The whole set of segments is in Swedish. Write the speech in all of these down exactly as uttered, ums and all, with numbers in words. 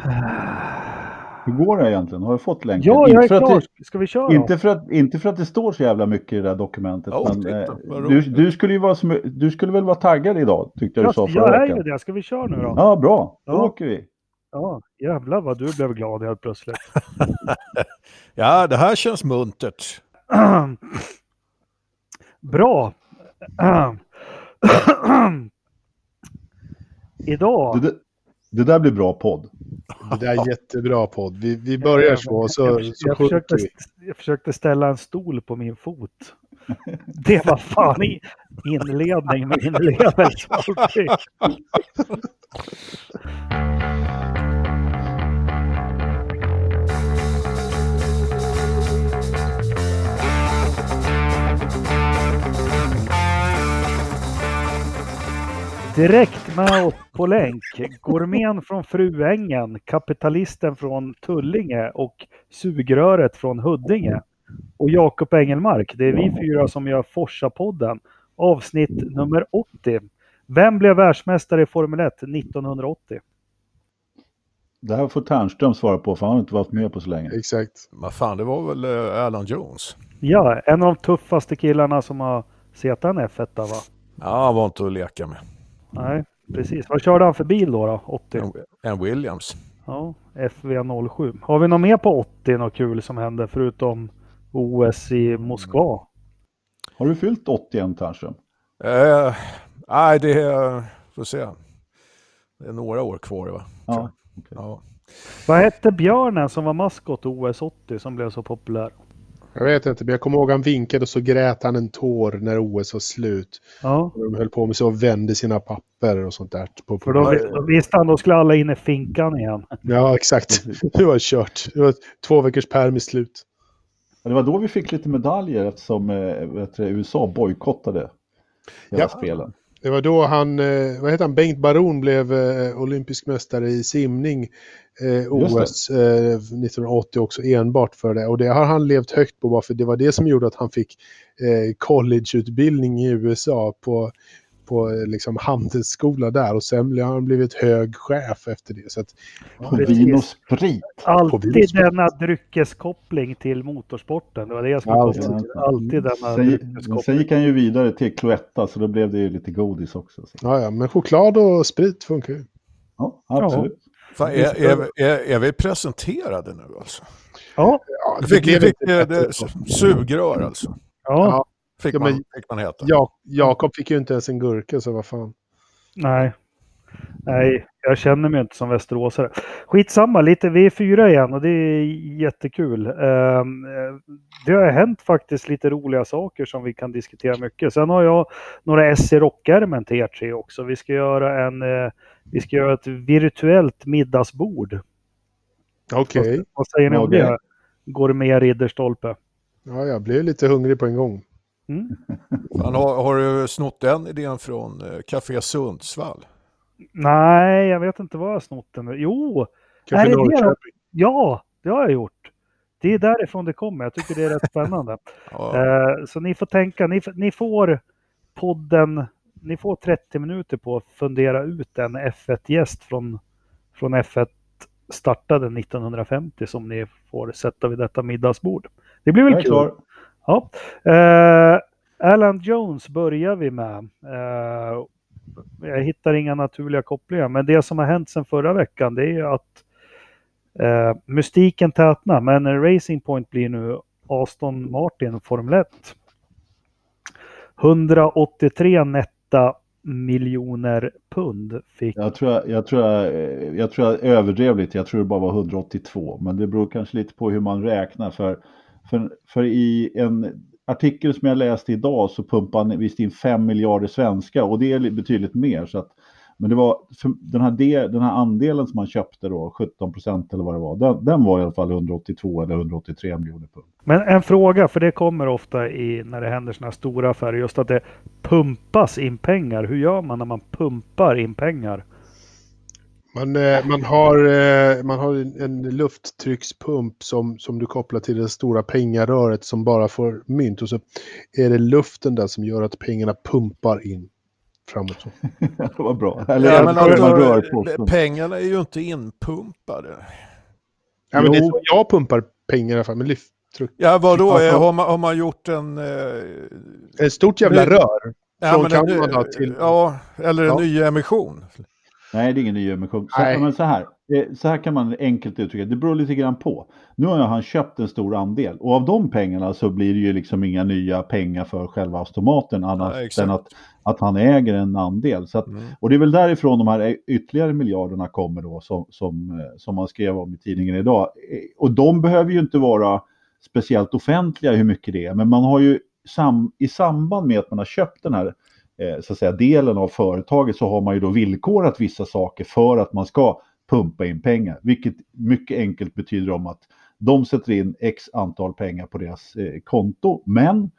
Hur går det egentligen? Har du fått länken? Ja, jag är inte för klar. att det, Ska vi köra? inte för, att, inte för att det står så jävla mycket i det där dokumentet. Ja, men, titta, eh, vad du, roligt. du, skulle ju vara som, du skulle väl vara taggad idag, tyckte jag Ja, du sa förra jag är veckan. ju det. Ska vi köra nu då? Ja, bra. Då Ja. åker vi. Ja, jävlar vad du blev glad helt plötsligt. Ja, det här känns muntert. Bra. Idag. Det, det där blir bra podd. Det där är jättebra podd. Vi, vi börjar så, så, jag, så jag, försökte, vi. jag försökte ställa en stol på min fot. Det var fan i inledning med inlevelse. Alltid. Direkt med oss på länk, gourmeten från Fruängen, kapitalisten från Tullinge och sugröret från Huddinge. Och Jakob Engelmark, det är vi fyra som gör Forsa-podden. Avsnitt nummer åttio. Vem blev världsmästare i Formel ett nittonhundraåttio? Det här får Tärnström svara på, för han har inte varit med på så länge. Exakt. Vad fan, det var väl uh, Alan Jones? Ja, en av de tuffaste killarna som har sett en F ett, va? Ja, han var inte att leka med. Nej, precis. Vad körde han för bil då, då? åttio? En, en Williams. Ja, F V noll sju. Har vi något mer på åttio, något kul som hände förutom O S i Moskva? Har du fyllt åttioen, Tärnström? Uh, nej, det är... Får se. Det är några år kvar, va? Ja, okay. Ja. Vad hette björnen som var maskot O S åttio som blev så populär? Jag vet inte, men jag kommer ihåg han vinkade och så grät han en tår när O S var slut. Ja. Och de höll på med så och vände sina papper och sånt där. På, på För då, då visste han, då skulle alla in i finkan igen. Ja, exakt. Det var kört. Det var två veckors perm i slut. Det var då vi fick lite medaljer eftersom vet du, U S A bojkottade hela Ja. spelen. Det var då han, eh, vad heter han, Bengt Baron blev eh, olympisk mästare i simning eh, O S eh, nittonhundraåttio också enbart för det. Och det har han levt högt på, bara för det var det som gjorde att han fick eh, collegeutbildning i U S A på, på eh, liksom handelsskola där. Och sen har han blivit hög chef efter det. Så att, På vin och sprit. Alltid denna dryckeskoppling till motorsporten. Det var det jag skulle Alltid. komma till. Alltid denna Sen, dryckeskoppling. sen gick han ju vidare till Cloetta, så då blev det ju lite godis också. Så. ja, ja, men choklad och sprit funkar ju. Ja, absolut. Fan, är, är, är, är vi presenterade nu alltså? Ja, Ja, Du fick, blev du fick inte det, bättre det, så. sugrör alltså. ja, Fick, Ja, man, men- fick man heta. Ja, Jakob fick ju inte ens en gurka, så vad fan. nej. Nej, jag känner mig inte som västeråsare. Skitsamma, lite vi är fyra igen och det är jättekul. Um, det har hänt faktiskt lite roliga saker som vi kan diskutera mycket. Sen har jag några S i rockärmen till er tre också. Vi ska göra en uh, vi ska göra ett virtuellt middagsbord. Okej. Vad, vad säger ni om Okej. det? Gourmet Ridderstolpe. Ja, jag blev lite hungrig på en gång. Mm? Fan, har, har du snott den idén från eh, Café Sundsvall? Nej, jag vet inte vad jag har snott den. Jo, Kanske är det det? Norrköping. Ja, det har jag gjort. Det är därifrån det kommer. Jag tycker det är rätt spännande. Ja. Eh, så ni får tänka, ni, ni får podden, ni får trettio minuter på att fundera ut en F ett-gäst från, från F ett startade nittonhundrafemtio som ni får sätta vid detta middagsbord. Det blir väl Jag är kul. klar. Ja. Eh, Alan Jones börjar vi med. Eh, jag hittar inga naturliga kopplingar, men det som har hänt sedan förra veckan, det är ju att eh, mystiken tätnar, men Racing Point blir nu Aston Martin Formel ett. hundraåttiotre nätta miljoner pund fick. Jag tror jag, jag, tror jag, jag tror jag överdrev lite. Jag tror det bara var hundraåttiotvå. Men det beror kanske lite på hur man räknar. För, för, för i en artikel som jag läste idag så pumpar han visst in fem miljarder svenska. Och det är betydligt mer. Så att, men det var den här, del, den här andelen som man köpte då, sjutton procent eller vad det var. Den, den var i alla fall hundraåttiotvå eller hundraåttiotre miljoner pund. Men en fråga, för det kommer ofta i när det händer såna stora affärer, just att det pumpas in pengar. Hur gör man när man pumpar in pengar? Man, eh, man har, eh, man har en, en lufttryckspump som, som du kopplar till det stora pengaröret som bara får mynt. Och så är det luften där som gör att pengarna pumpar in. framåt. Det var bra. Eller Ja, men alltså, man rör alltså, på. pengarna är ju inte inpumpade. Ja, men det är Jo. så jag pumpar pengar i alla fall med lyfttruck. Ja, vadå? Alltså- har, man, har man gjort en... Eh, Ett stort jävla Nu- rör. ja, Från men en, Kanada ny- till... ja, eller en Ja. ny emission. Nej, det är ingen ny emission. Så, Nej. men så här, eh, så här kan man enkelt uttrycka det. Det beror lite grann på. Nu har han köpt en stor andel. Och av de pengarna så blir det ju liksom inga nya pengar för själva automaten. Annat Ja, exakt. än att, att han äger en andel. Så att, Mm. och det är väl därifrån de här ytterligare miljarderna kommer då. Som, som, som man skrev om i tidningen idag. Eh, Och de behöver ju inte vara speciellt offentliga hur mycket det är. Men man har ju sam, i samband med att man har köpt den här Eh, så att säga, delen av företaget, så har man ju då villkorat vissa saker för att man ska pumpa in pengar. Vilket mycket enkelt betyder om att de sätter in x antal pengar på deras eh, konto. Men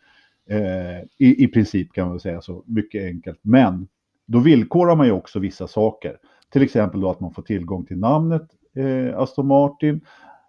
eh, i, i princip kan man väl säga så, mycket enkelt. Men då villkorar man ju också vissa saker. Till exempel då att man får tillgång till namnet eh, Aston Martin.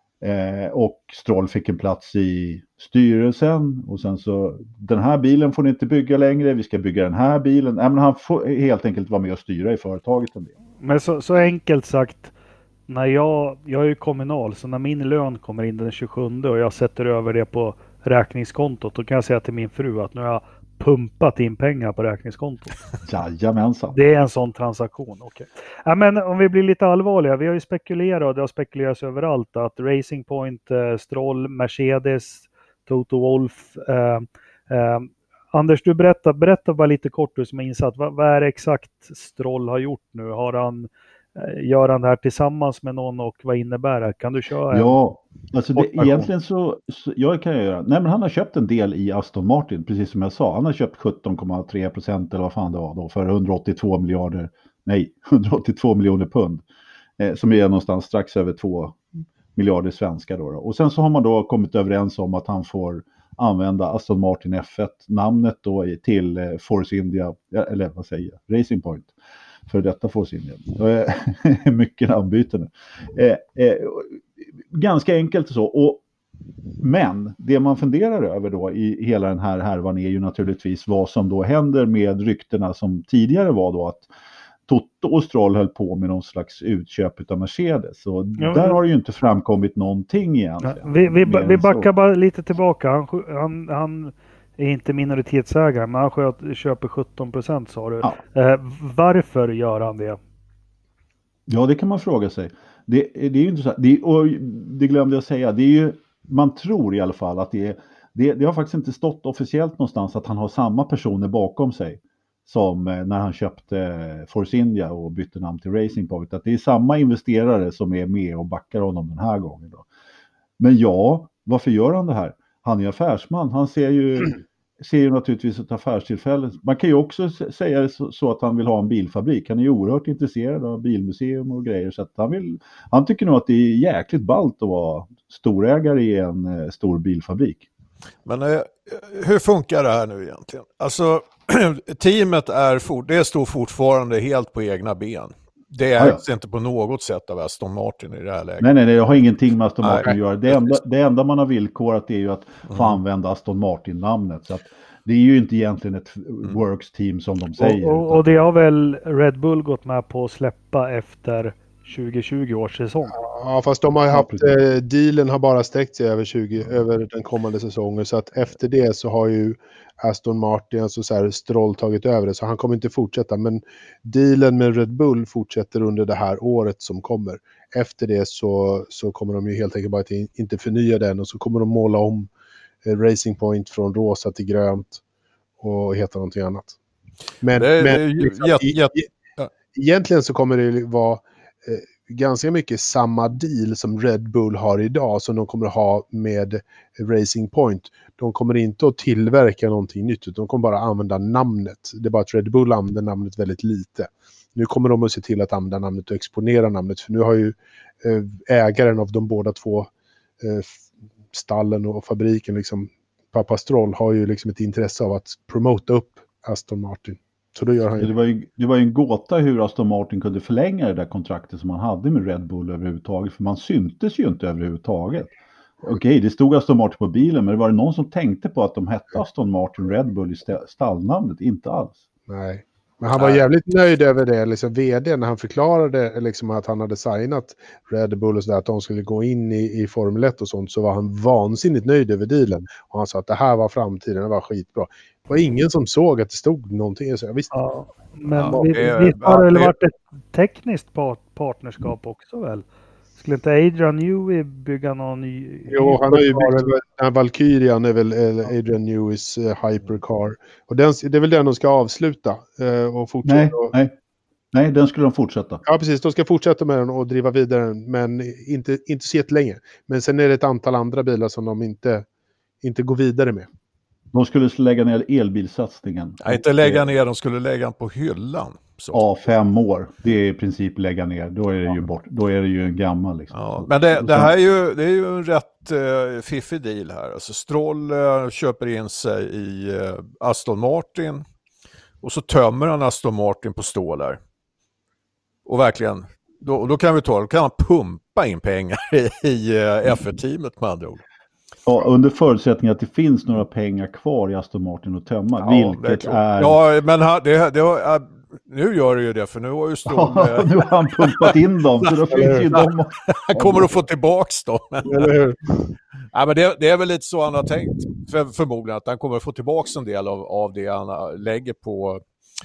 Eh, och Stroll fick en plats i styrelsen. Och sen så, den här bilen får ni inte bygga längre. Vi ska bygga den här bilen. Nej, men han får helt enkelt vara med och styra i företaget en del. Men så, så enkelt sagt, när jag, jag är ju kommunal, så när min lön kommer in den tjugosjunde och jag sätter över det på räkningskontot, då kan jag säga till min fru att nu har jag pumpat in pengar på räkningskontot. Jajamensan. Det är en sån transaktion, okej. Ja, men om vi blir lite allvarliga, vi har ju spekulerat och det har spekulerats överallt att Racing Point, eh, Stroll, Mercedes, Toto Wolff. Eh, eh, Anders, du berättar, berättar bara lite kort du som är insatt. Vad, vad är det exakt Stroll har gjort nu? Har han, eh, gör han det här tillsammans med någon och vad innebär det? Kan du köra? Ja, alltså det, Kortversion. egentligen så, så jag kan jag göra. Nej, men han har köpt en del i Aston Martin, precis som jag sa. Han har köpt sjutton komma tre procent eller vad fan det var då, för hundraåttiotvå miljarder, nej, hundraåttiotvå miljoner pund. Eh, som är någonstans strax över två miljarder svenska då, då. Och sen så har man då kommit överens om att han får använda Aston Martin F ett-namnet då i, till eh, Force India, eller vad säger jag, Racing Point. För detta Force India. Mycket namnbyte nu. Eh, eh, ganska enkelt så. Och, men det man funderar över då i hela den här härvan är ju naturligtvis vad som då händer med ryktena som tidigare var då att Toto och Stroll höll på med någon slags utköp av Mercedes. Och Ja, där men- har det ju inte framkommit någonting egentligen. Ja, vi, vi, Mer vi än backar så. bara lite tillbaka. Han, sk- han, han är inte minoritetsägare, men han sköt, köper sjutton procent sa du. Ja. Eh, varför gör han det? Ja, det kan man fråga sig. Det, det är ju inte så, det, och det glömde jag säga, det är ju, man tror i alla fall att det är, det, det har faktiskt inte stått officiellt någonstans att han har samma personer bakom sig som eh, när han köpte Force India och bytte namn till Racing Point, att det är samma investerare som är med och backar honom den här gången då. Men ja, varför gör han det här? Han är affärsman, han ser ju ser ju naturligtvis ett affärstillfälle. Man kan ju också s- säga det så, så att han vill ha en bilfabrik. Han är ju oerhört intresserad av bilmuseum och grejer. Så att han, vill, han tycker nog att det är jäkligt ballt att vara storägare i en eh, stor bilfabrik. Men eh, hur funkar det här nu egentligen? Alltså, teamet är for, det står fortfarande helt på egna ben. Det är Ja, ja. inte på något sätt av Aston Martin i det här läget. Nej, nej, nej, det har ingenting med Aston Martin Nej. att göra. Det enda, det enda man har villkorat är ju att få Mm. använda Aston Martin-namnet. Så att det är ju inte egentligen ett works team som de säger. Och, och, utan- och det har väl Red Bull gått med på att släppa efter tjugo tjugo års säsong. Ja, fast de har ju Ja, haft, precis. eh, dealen har bara sträckt sig över, tjugo, över den kommande säsongen. Så att efter det så har ju Aston Martin, alltså så här, Stroll tagit över det. Så han kommer inte fortsätta. Men dealen med Red Bull fortsätter under det här året som kommer. Efter det så, så kommer de ju helt enkelt bara till, inte förnya den. Och så kommer de måla om eh, Racing Point från rosa till grönt. Och heta någonting annat. Men, Det är- men det är ju liksom, jätte- i- jätte- i- egentligen så kommer det vara eh, ganska mycket samma deal som Red Bull har idag som de kommer ha med Racing Point. De kommer inte att tillverka någonting nytt utan de kommer bara använda namnet. Det är bara att Red Bull använder namnet väldigt lite. Nu kommer de att se till att använda namnet och exponera namnet för nu har ju eh, ägaren av de båda två eh, stallen och fabriken, liksom pappa Stroll, har ju liksom ett intresse av att promota upp Aston Martin. Så då gör han Ja, ju det var ju det var ju en gåta hur Aston Martin kunde förlänga det där kontraktet som man hade med Red Bull överhuvudtaget. För man syntes ju inte överhuvudtaget. Okej, det stod Aston Martin på bilen, men det var det någon som tänkte på att de hette Aston Martin Red Bull i stä- stallnamnet? Inte alls. Nej. Men han var jävligt nöjd över det, liksom vd, när han förklarade liksom att han hade signat Red Bull och sådär, att de skulle gå in i, i Formel ett och sånt, så var han vansinnigt nöjd över dealen. Och han sa att det här var framtiden, det var skitbra. Det var ingen som såg att det stod någonting. Så jag visste. Ja, men Ja, vi, det- visst har det väl det- varit ett tekniskt part, partnerskap också väl? Skulle inte Adrian Newey bygga någon ny... Jo, han har ju byggt den här Valkyrian, är väl eller Adrian Neweys uh, hypercar. Och den, det är väl den de ska avsluta uh, och fortsätta. Nej, och, nej. Nej, den skulle de fortsätta. Ja, precis. De ska fortsätta med den och driva vidare den, men inte, inte så jättelänge. Men sen är det ett antal andra bilar som de inte, inte går vidare med. De skulle lägga ner elbilsatsningen. Nej, inte lägga ner, de skulle lägga den på hyllan. Så. Ja, fem år. Det är i princip lägga ner. Då är det ju bort. Då är det ju en gammal liksom. Ja, men det, det här är ju, det är ju en rätt uh, fiffig deal här. Alltså Stroll uh, köper in sig i uh, Aston Martin och så tömmer han Aston Martin på stålar. Och verkligen, då, då kan vi ta, då kan han pumpa in pengar i, i uh, F ett-teamet med andra ord. Ja, under förutsättning att det finns några pengar kvar i Aston Martin att tömma. Ja, vilket det är, är... Ja, men ha, det, det har, uh, nu gör det ju det, för nu har ju Stroll... Ja, nu har han pumpat in dem. Så då finns ju de... Han kommer att få tillbaks dem. Eller hur? Ja, men det, det är väl lite så han har tänkt, för, förmodligen, att han kommer att få tillbaks en del av, av det han lägger på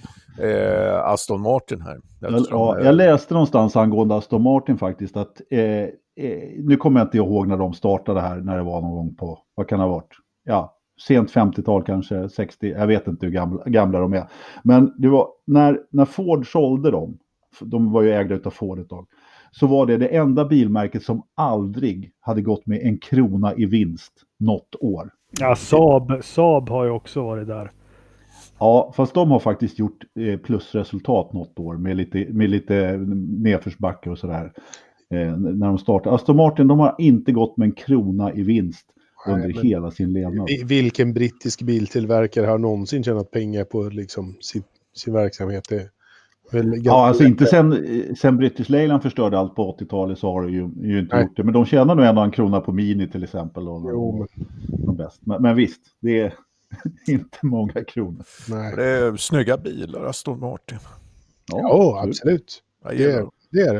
eh, Aston Martin här. Jag, ja, jag läste någonstans angående Aston Martin faktiskt att eh, eh, nu kommer jag inte ihåg när de startade här, när det var någon gång på, vad kan det ha varit? Ja, sent femtiotal kanske, sextio, jag vet inte hur gamla, gamla de är. Men det var när, när Ford sålde dem, de var ju ägda utav Ford ett tag, så var det det enda bilmärket som aldrig hade gått med en krona i vinst något år. Ja, Saab, Saab har ju också varit där. Ja, fast de har faktiskt gjort eh, plusresultat något år med lite, med lite nedförsbacke och sådär. Eh, när de startade. Aston Martin, de har inte gått med en krona i vinst under Nej, men hela sin levnad. Vilken brittisk biltillverkare har någonsin tjänat pengar på liksom sin, sin verksamhet? Det är väl ganska Ja, alltså lätt. inte sen, sen British Leyland förstörde allt på åttiotalet så har det ju, ju inte Nej. gjort det. Men de tjänar nog ändå en krona på Mini till exempel. Och, Jo, och, och bäst. Men, men visst, det är inte många kronor. Nej. Det är snygga bilar, Aston Martin. Ja, absolut. Jag Det gillar är, dem. det är det.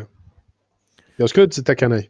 Jag skulle inte tacka nej.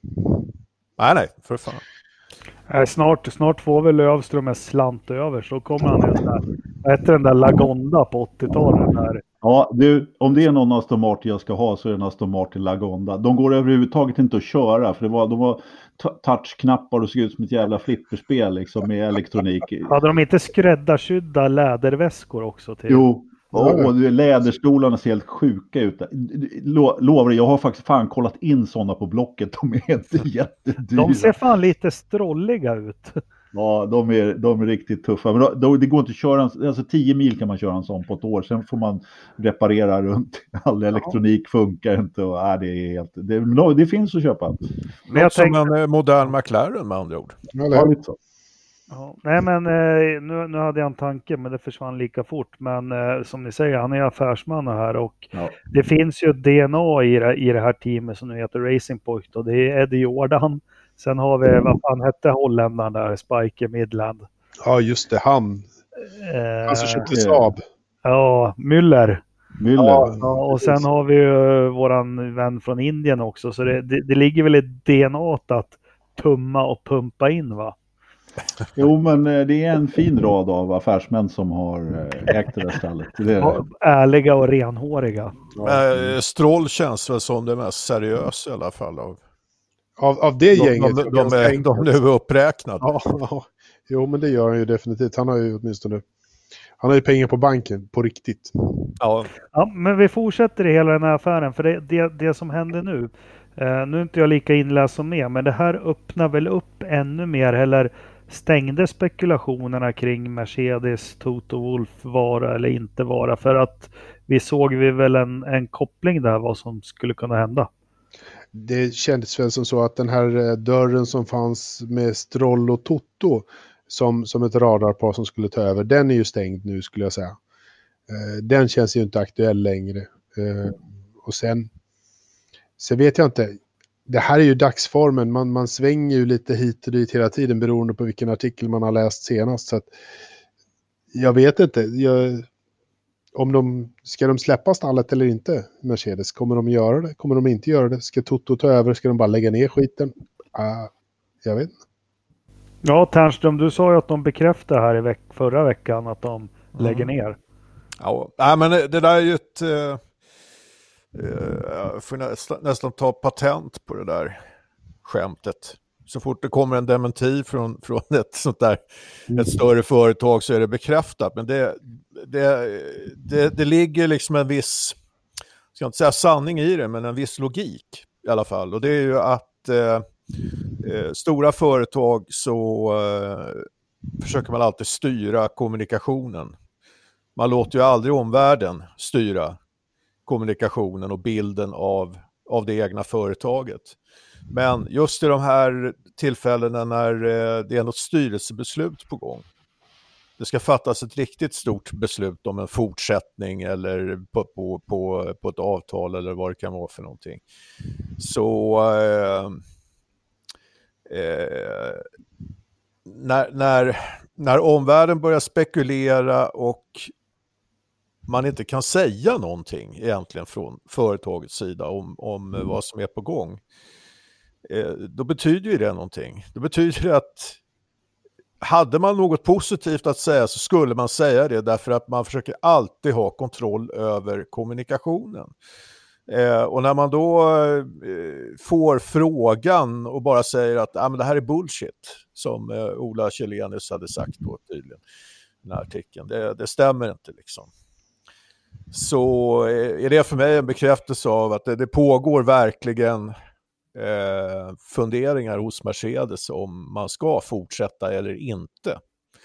Nej, nej, för fan. Nej, snart, snart får väl Lövström en slant över, så kommer han den där, vad heter den där Lagonda på åttiotalet där. Ja, du, om det är någon Aston Martin jag ska ha så är det en Aston Martin Lagonda. De går överhuvudtaget inte att köra för det var, de var t- touchknappar och såg ut som ett jävla flipperspel liksom med elektronik. Hade de inte skräddarsydda läderväskor också till? Jo, och, och läderstolarna ser helt sjuka ut. Lo, lovar jag har faktiskt fan kollat in sådana på Blocket. De är inte jättedyra. De ser fan lite strolliga ut. Ja, de är, de är riktigt tuffa. Men då, då, det går inte att köra, en, alltså tio mil kan man köra en sån på ett år. Sen får man reparera runt. All elektronik funkar inte. Och, äh, det, är helt, det, det finns att köpa. Men jag Något som tänkte, en eh, modern McLaren med andra ord. Eller Ja, hur? lite så. ja, nej men eh, nu, nu hade jag en tanke men det försvann lika fort. Men eh, som ni säger, han är affärsman här och Ja. det finns ju ett D N A i det, i det här teamet som nu heter Racing Point och det är Eddie Jordan. Sen har vi, vad fan hette holländaren där, Spike Midland. Ja, just det. Han. Eh, Alltså köpte Saab. Ja, Müller. Müller. Ja, Ja, och sen har vi ju våran vän från Indien också. Så det, det, det ligger väl ett D N A att tumma och pumpa in va? Jo, men eh, det är en fin rad av affärsmän som har eh, ägt det där stället. Det är, Ja, ärliga och renhåriga. Eh, Stroll känns väl som det mest seriösa i alla fall. Av, Av, av det de, gänget. de, de, de, är, de nu är uppräknade. Ja, ja. Jo, men det gör han ju definitivt. Han har ju åtminstone... Han har ju pengar på banken, på riktigt. Ja. Ja, men vi fortsätter i hela den här affären. För det, det, det som händer nu. Eh, nu är inte jag lika inläst som er. Men det här öppnar väl upp ännu mer. Eller stängde spekulationerna kring Mercedes, Toto Wolff vara eller inte vara. För att vi såg vi väl en, en koppling där vad som skulle kunna hända. Det kändes väl som så att den här eh, dörren som fanns med Stroll och Toto som, som ett radarpar som skulle ta över, den är ju stängd nu skulle jag säga. Eh, den känns ju inte aktuell längre. Eh, och sen, sen vet jag inte, det här är ju dagsformen, man, man svänger ju lite hit och dit hela tiden beroende på vilken artikel man har läst senast. Så att, jag vet inte, jag, om de, ska de släppa stallet eller inte, Mercedes? Kommer de göra det? Kommer de inte göra det? Ska Toto ta över? Ska de bara lägga ner skiten? Uh, jag vet inte. Ja, Ternström, du sa ju att de bekräftade här i veck- förra veckan att de mm. lägger ner. Ja, nej, men det där är ju ett... Uh, jag får nästan, nästan ta patent på det där skämtet. Så fort det kommer en dementi från, från ett sånt där mm. ett större företag så är det bekräftat. Men det, det, det, det ligger liksom en viss, jag ska inte säga sanning i det, men en viss logik i alla fall. Och det är ju att eh, eh, stora företag så eh, försöker man alltid styra kommunikationen. Man låter ju aldrig omvärlden styra kommunikationen och bilden av, av det egna företaget. Men just i de här tillfällena när det är något styrelsebeslut på gång, det ska fattas ett riktigt stort beslut om en fortsättning eller på, på, på, på ett avtal eller vad det kan vara för någonting. Så eh, eh, när, när, när omvärlden börjar spekulera och man inte kan säga någonting egentligen från företagets sida om, om vad som är på gång, eh, då betyder ju det någonting. Det betyder att hade man något positivt att säga så skulle man säga det, därför att man försöker alltid ha kontroll över kommunikationen. Eh, och när man då eh, får frågan och bara säger att ah, men det här är bullshit, som eh, Ola Källenius hade sagt då tydligen i den här artikeln, det, det stämmer inte liksom. Så är det för mig en bekräftelse av att det, det pågår verkligen eh, funderingar hos Mercedes om man ska fortsätta eller inte.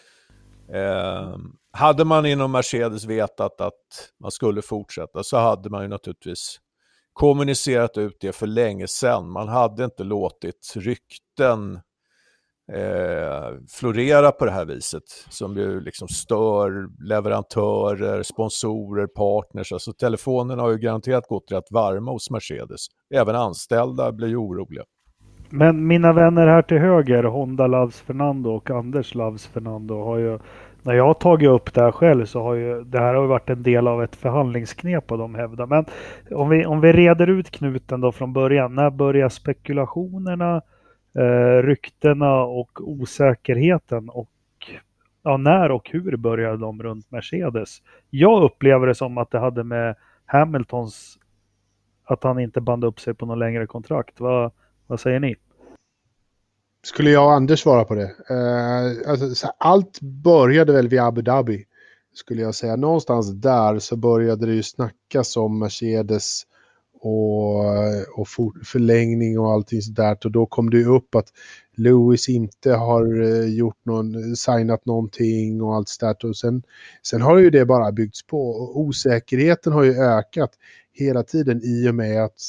Eh, hade man inom Mercedes vetat att man skulle fortsätta så hade man ju naturligtvis kommunicerat ut det för länge sedan. Man hade inte låtit rykten Eh, florera på det här viset som ju liksom stör leverantörer, sponsorer, partners. Alltså telefonerna har ju garanterat gått rätt varma hos Mercedes. Även anställda blir ju oroliga. Men mina vänner här till höger, Honda Loves Fernando och Anders Loves Fernando, har ju, när jag har tagit upp det här själv så har ju det här har ju varit en del av ett förhandlingsknep och de hävdar. Men om vi, om vi reder ut knuten då från början, när börjar spekulationerna, Eh, ryktena och osäkerheten och ja, när och hur började de runt Mercedes? Jag upplever det som att det hade med Hamiltons, att han inte band upp sig på någon längre kontrakt. Vad, vad säger ni? Skulle jag och Anders svara på det? Eh, alltså, så allt började väl vid Abu Dhabi, skulle jag säga. Någonstans där så började det ju snackas om Mercedes och, och for, förlängning och allting sådär. Och då kom det ju upp att Lewis inte har gjort någon, signat någonting och allt sådär. Och sen, sen har ju det bara byggts på. Och osäkerheten har ju ökat hela tiden i och med att,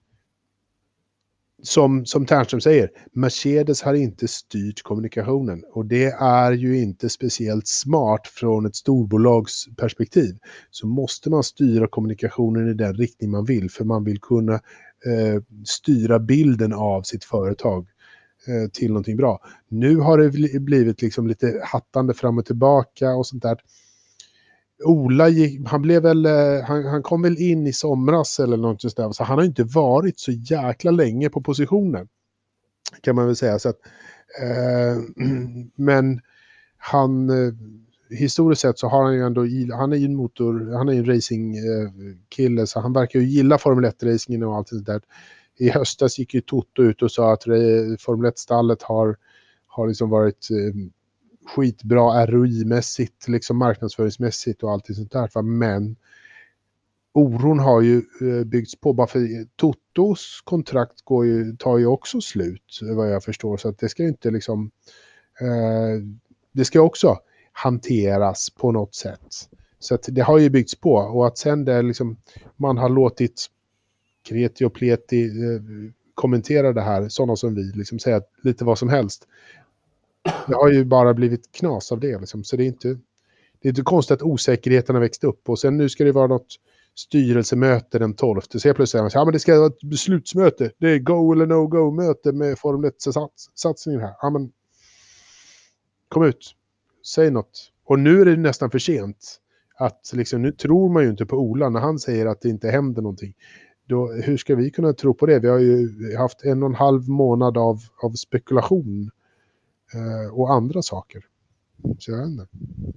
som, som Ternström säger, Mercedes har inte styrt kommunikationen. Och det är ju inte speciellt smart från ett storbolags perspektiv. Så måste man styra kommunikationen i den riktning man vill. För man vill kunna eh, styra bilden av sitt företag eh, till någonting bra. Nu har det blivit liksom lite hattande fram och tillbaka och sånt där. Ola gick, han blev väl, han, han kom väl in i somras eller något sådär, så han har inte varit så jäkla länge på positionen, kan man väl säga. Så att, eh, men han, eh, historiskt sett så har han ju ändå, han är ju en motor, han är ju en racingkille, eh, så han verkar ju gilla Formel ett-racingen och allt sånt där. I höstas gick ju Toto ut och sa att Formel ett-stallet har, har liksom varit eh, skitbra R O I-mässigt, liksom marknadsföringsmässigt och allt sånt där. Men oron har ju byggts på, bara för Totos kontrakt går ju, tar ju också slut, vad jag förstår. Så att det ska ju inte liksom eh, det ska också hanteras på något sätt. Så att det har ju byggts på, och att sen det liksom man har låtit Kreti och Pleti eh, kommentera det här, sådana som vi, liksom säga lite vad som helst. Det har ju bara blivit knas av det. Liksom. Så det är, inte, det är inte konstigt att osäkerheten har växt upp. Och sen nu ska det vara något styrelsemöte den tolfte. Så jag plötsligt säger, ja, men det ska vara ett beslutsmöte. Det är go eller no go möte med Formel ett-satsningen här. Ja, men kom ut. Säg något. Och nu är det nästan för sent. att liksom, nu tror man ju inte på Ola när han säger att det inte händer någonting. Då, hur ska vi kunna tro på det? Vi har ju haft en och en halv månad av, av spekulation eh, och andra saker. Så jag vet inte.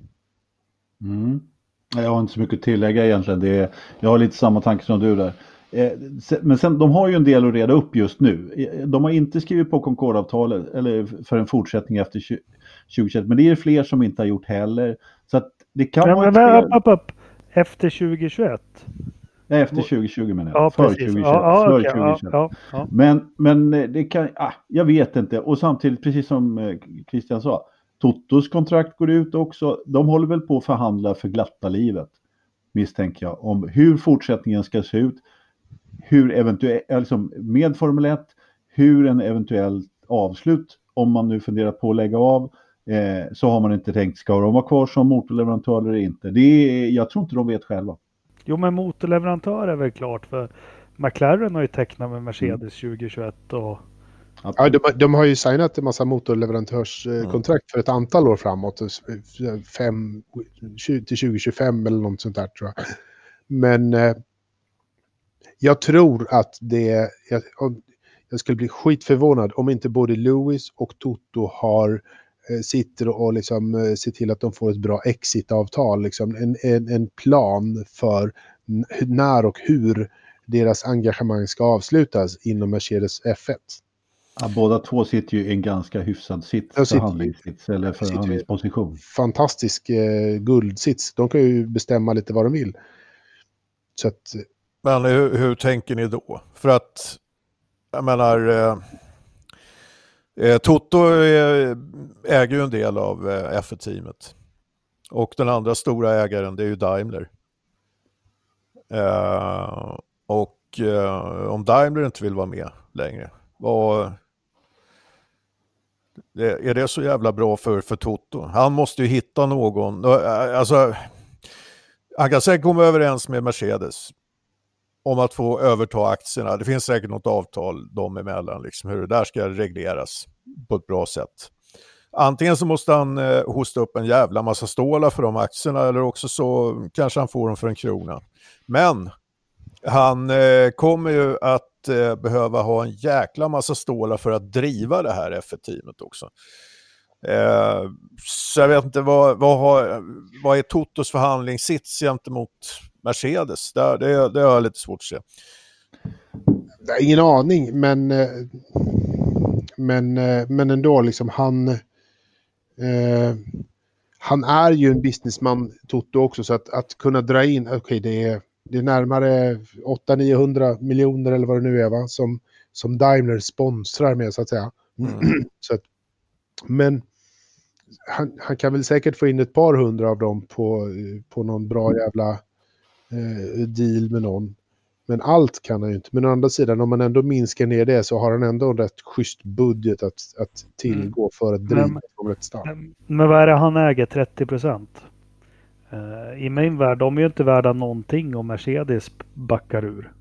Mm. Jag har inte så mycket att tillägga egentligen. Det är, jag har lite samma tanke som du där. Eh, men sen, de har ju en del att reda upp just nu. De har inte skrivit på Concorde-avtalet eller för en fortsättning efter tjugohundratjugoett. Men det är fler som inte har gjort heller. Så att det kan men, vara men, ett upp, upp, upp. Efter tjugohundratjugoett? Nej, efter tjugotjugo menar jag. Ja, för precis. tjugohundratjugoett. Ja, ja, för okay. tjugohundratjugoett. Ja, ja, ja. Men, men det kan, ah, jag vet inte. Och samtidigt, precis som Christian sa, Totos kontrakt går ut också. De håller väl på att förhandla för glatta livet, misstänker jag, om hur fortsättningen ska se ut. Hur eventuellt, liksom med Formel ett, hur en eventuell avslut, om man nu funderar på att lägga av, eh, så har man inte tänkt, ska de vara kvar som motorleverantör eller inte? Det är, jag tror inte de vet själva. Jo, men motorleverantör är väl klart, för McLaren har ju tecknat med Mercedes Mm. tjugohundratjugoett och... Ja, de, de har ju signat en massa motorleverantörskontrakt mm. för ett antal år framåt, fem, till tjugohundratjugofem eller något sånt där tror jag. Men eh, jag tror att det, jag, jag skulle bli skitförvånad om inte både Lewis och Toto har eh, sitter och liksom eh, ser till att de får ett bra exit-avtal, liksom en, en, en plan för n- när och hur deras engagemang ska avslutas inom Mercedes F ett. Ja, båda två sitter ju i en ganska hyfsad sitt, förhandlingssits eller förhandlingsposition. Fantastisk eh, guldsits. De kan ju bestämma lite vad de vill. Så att, men hur, hur tänker ni då? För att, jag menar, eh, eh, Toto eh, äger ju en del av eh, F ett-teamet. Och den andra stora ägaren, det är ju Daimler. Eh, och eh, om Daimler inte vill vara med längre, vad... Det, är det så jävla bra för, för Toto? Han måste ju hitta någon. Alltså, han kan säkert komma överens med Mercedes om att få överta aktierna. Det finns säkert något avtal dem emellan, liksom, hur det där ska regleras på ett bra sätt. Antingen så måste han eh, hosta upp en jävla massa stålar för de aktierna, eller också så kanske han får dem för en krona. Men han eh, kommer ju att eh, behöva ha en jäkla massa stålar för att driva det här F ett-teamet också. Eh, så jag vet inte, vad, vad, har, vad är Totos förhandlingssits gentemot Mercedes? Det, det, det har jag lite svårt att se. Jag har ingen aning, men, men, men ändå, liksom, han, eh, han är ju en businessman, Toto också, så att, att kunna dra in, okej okay, det är Det är närmare åtta till niohundra miljoner eller vad det nu är, va? Som, som Daimler sponsrar med, så att säga. Mm. så att, men han, han kan väl säkert få in ett par hundra av dem på, på någon bra jävla eh, deal med någon. Men allt kan han ju inte. Men å andra sidan, om man ändå minskar ner det, så har han ändå en rätt schysst budget att, att tillgå för att driva från rätt start. Men vad är det han äger? trettio procent? Uh, I min värld, de är ju inte värda någonting om Mercedes backar ur.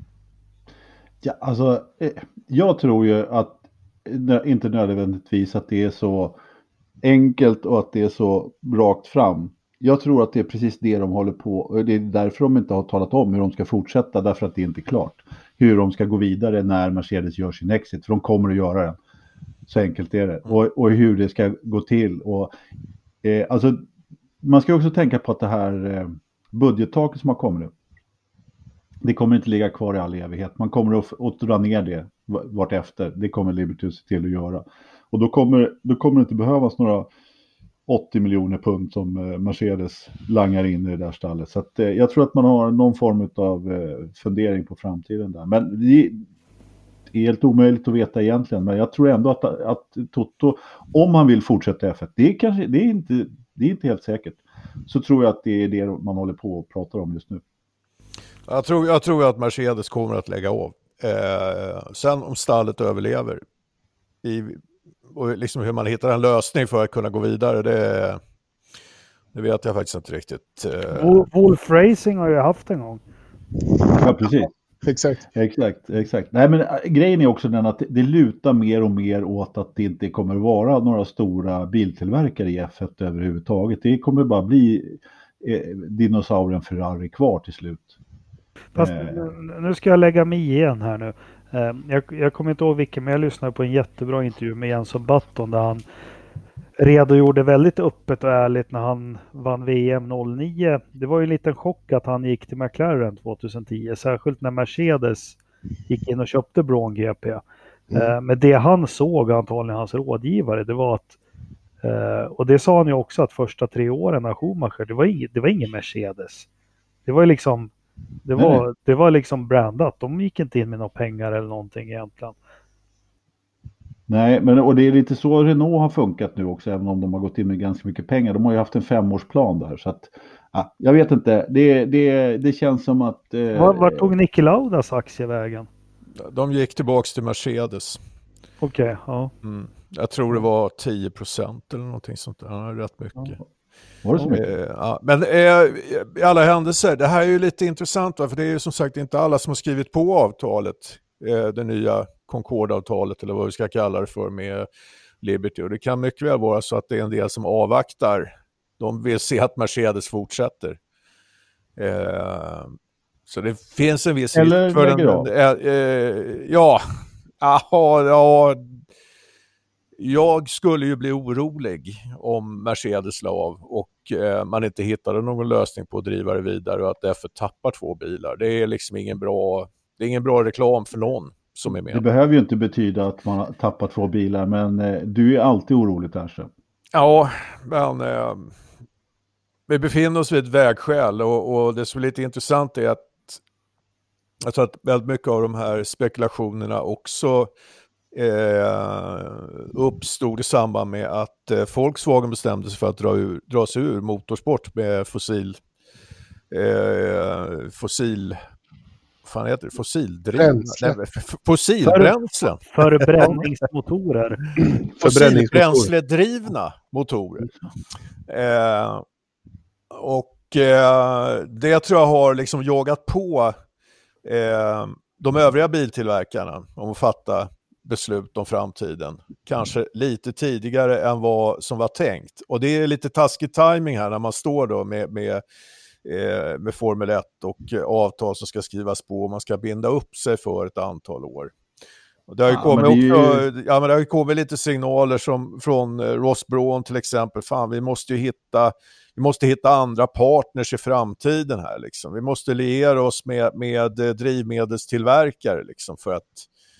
Ja, alltså, jag tror ju att, inte nödvändigtvis att det är så enkelt och att det är så rakt fram. Jag tror att det är precis det de håller på, och det är därför de inte har talat om hur de ska fortsätta, därför att det är inte klart. Hur de ska gå vidare när Mercedes gör sin exit, för de kommer att göra den. Så enkelt är det. Och, och hur det ska gå till. Och, eh, alltså, man ska också tänka på att det här eh, budgettaket som har kommit nu, det kommer inte ligga kvar i all evighet. Man kommer att, att dra ner det vart efter. Det kommer Liberty se till att göra. Och då kommer, då kommer det inte behövas några åttio miljoner pund som eh, Mercedes langar in i det där stallet. Så att, eh, jag tror att man har någon form av eh, fundering på framtiden där. Men det är helt omöjligt att veta egentligen. Men jag tror ändå att, att Toto, om han vill fortsätta F ett, det är, kanske, det är, inte, det är inte helt säkert. Så tror jag att det är det man håller på och pratar om just nu. Jag tror, jag tror att Mercedes kommer att lägga av. Eh, sen om stallet överlever i, och liksom hur man hittar en lösning för att kunna gå vidare, det, det vet jag faktiskt inte riktigt. Eh. Wolf Racing har ju haft en gång. Ja, precis. Exakt. Exakt, exakt. Nej, men äh, grejen är också den att det lutar mer och mer åt att det inte kommer att vara några stora biltillverkare i F ett överhuvudtaget. Det kommer bara bli eh, dinosaurien Ferrari kvar till slut. Fast Eh. nu, nu ska jag lägga mig igen här nu. Eh, jag, jag kommer inte ihåg vilken, men jag lyssnade på en jättebra intervju med Jens Button där han redogjorde väldigt öppet och ärligt när han vann V M noll nio. Det var ju en liten chock att han gick till McLaren tjugohundratio, särskilt när Mercedes gick in och köpte Braun G P. Mm. Eh, men det han såg, antagligen hans rådgivare, det var att, eh, och det sa han ju också, att första tre åren av Schumacher, det var, ing, det var ingen Mercedes. Det var ju liksom, det var, det var liksom brandat. De gick inte in med några pengar eller någonting egentligen. Nej, men och det är lite så Renault har funkat nu också, även om de har gått in med ganska mycket pengar. De har ju haft en femårsplan där, så att ja, jag vet inte. Det, det, det känns som att... Eh, var, var tog Niki Laudas aktievägen? De gick tillbaks till Mercedes. Okej, okay, ja. Mm. Jag tror det var tio procent eller någonting sånt där. Ja, rätt mycket. Ja. Var det så mycket? Eh, ja. Men eh, i alla händelser, det här är ju lite intressant, va? För det är ju som sagt inte alla som har skrivit på avtalet. Eh, det nya Concorde-avtalet eller vad vi ska kalla det för med Liberty. Och det kan mycket väl vara så att det är en del som avvaktar. De vill se att Mercedes fortsätter. Eh, så det finns en viss... Eller för lägger en, eh, eh, ja, aha, ja, jag skulle ju bli orolig om Mercedes la av och eh, man inte hittade någon lösning på att driva det vidare och att F ett tappar två bilar. Det är liksom ingen bra, det är ingen bra reklam för någon som är med. Det behöver ju inte betyda att man har tappat två bilar, men eh, du är alltid orolig kanske. Ja, men eh, vi befinner oss vid ett vägskäl och, och det som är lite intressant är att jag tror att väldigt mycket av de här spekulationerna också eh, uppstod i samband med att eh, Volkswagen bestämde sig för att dra, ur, dra sig ur motorsport med fossil eh, fossil fan heter det? Fossildrivna. Fossilbränslen. För, förbränningsmotorer. Fossilbränsledrivna motorer. Eh, och eh, det tror jag har liksom jagat på eh, de övriga biltillverkarna om att fatta beslut om framtiden. Kanske lite tidigare än vad som var tänkt. Och det är lite taskig timing här när man står då med, med med Formel ett och avtal som ska skrivas på och man ska binda upp sig för ett antal år. Och det har ju ja, kommit, ju... också, ja, men det har ju kommit lite signaler som, från Ross Brawn till exempel. Fan, vi måste ju hitta, vi måste hitta andra partners i framtiden här. Liksom. Vi måste liera oss med, med drivmedelstillverkare liksom, för att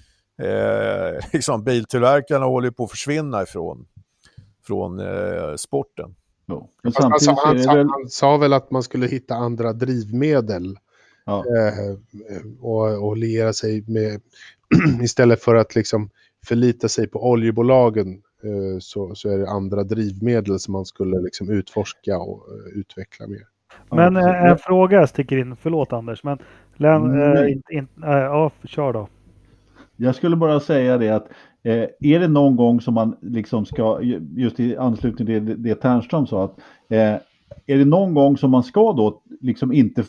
eh, liksom, biltillverkarna håller på att försvinna ifrån från, eh, sporten. Ja. Men han, sa, han, sa, väl... han sa väl att man skulle hitta andra drivmedel ja. eh, och, och liera sig med istället för att liksom förlita sig på oljebolagen eh, så, så är det andra drivmedel som man skulle liksom utforska och uh, utveckla mer. Men ja. en, en fråga jag sticker in, förlåt Anders, men Len, äh, in, in, äh, ja, kör då. Jag skulle bara säga det att Eh, är det någon gång som man liksom ska, just i anslutning till det, det Ternström sa, att eh, är det någon gång som man ska då liksom inte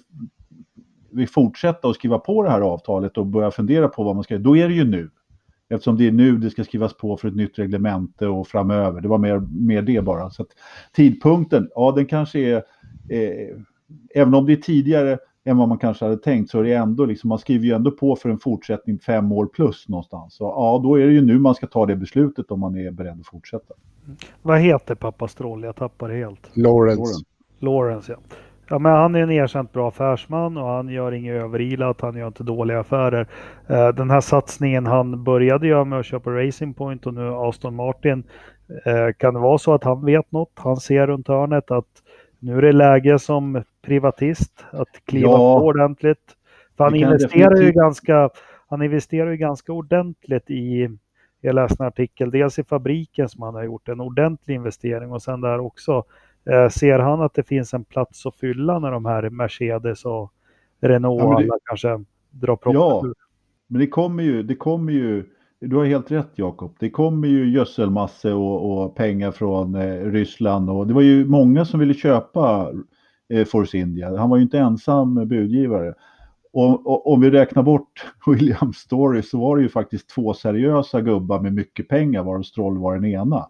vi fortsätta att skriva på det här avtalet och börja fundera på vad man ska, då är det ju nu. Eftersom det är nu det ska skrivas på för ett nytt reglemente och framöver. Det var mer, mer det bara. Så att tidpunkten, ja den kanske är, eh, även om det är tidigare än vad man kanske hade tänkt, så är det ändå liksom, man skriver ju ändå på för en fortsättning fem år plus någonstans. Så ja, då är det ju nu man ska ta det beslutet om man är beredd att fortsätta. Vad heter pappa Stroll? Jag tappar det helt. Lawrence. Lawrence, ja. Ja, men han är en erkänt bra affärsman och han gör inget överilat, han gör inte dåliga affärer. Uh, den här satsningen han började göra med att köpa Racing Point och nu Aston Martin, uh, kan det vara så att han vet något? Han ser runt hörnet att nu är det läge som privatist att kliva ja, på ordentligt. För han investerar definitivt... ju ganska han investerar ju ganska ordentligt i, jag läste en artikel, dels i fabriken som han har gjort en ordentlig investering och sen där också eh, ser han att det finns en plats att fylla när de här Mercedes och Renault ja, det... alla kanske drar proppen. Ja, men det kommer ju, det kommer ju du har helt rätt Jakob. Det kommer ju gödselmasse och, och pengar från eh, Ryssland och det var ju många som ville köpa eh, Force India. Han var ju inte ensam budgivare. Och, och om vi räknar bort Williams story så var det ju faktiskt två seriösa gubbar med mycket pengar, var Stroll var den ena.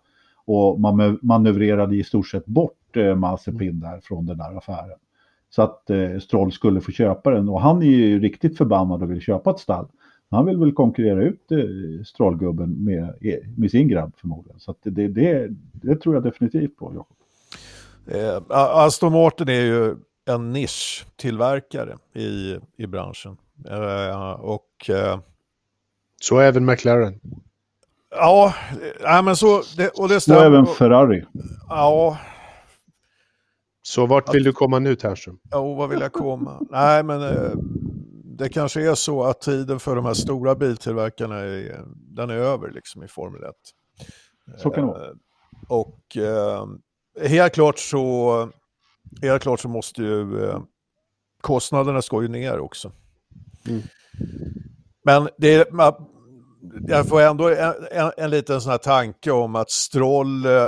Och man manövrerade i stort sett bort eh, Mazepin där från den där affären. Så att eh, Stroll skulle få köpa den. Och han är ju riktigt förbannad och vill köpa ett stall. Han vill väl konkurrera ut eh, Strollgubben med, med sin grabb förmodligen. Så att det, det, det tror jag definitivt på, Jakob. Eh, Aston Martin är ju en nischtillverkare i, i branschen. Eh, och... Eh, så även McLaren. Ja, ja men så... Det, och det stämmer. Och även Ferrari. Ja... Så vart vill du komma nu, Ternström? Ja, vad vill jag komma? Nej, men eh, det kanske är så att tiden för de här stora biltillverkarna är, den är över liksom i Formel ett. Så kan det vara. Eh, och eh, helt klart så helt klart så måste ju eh, kostnaderna ska ju ner också. Mm. Men det är, man, jag får ändå en, en, en liten sån här tanke om att Stroll eh,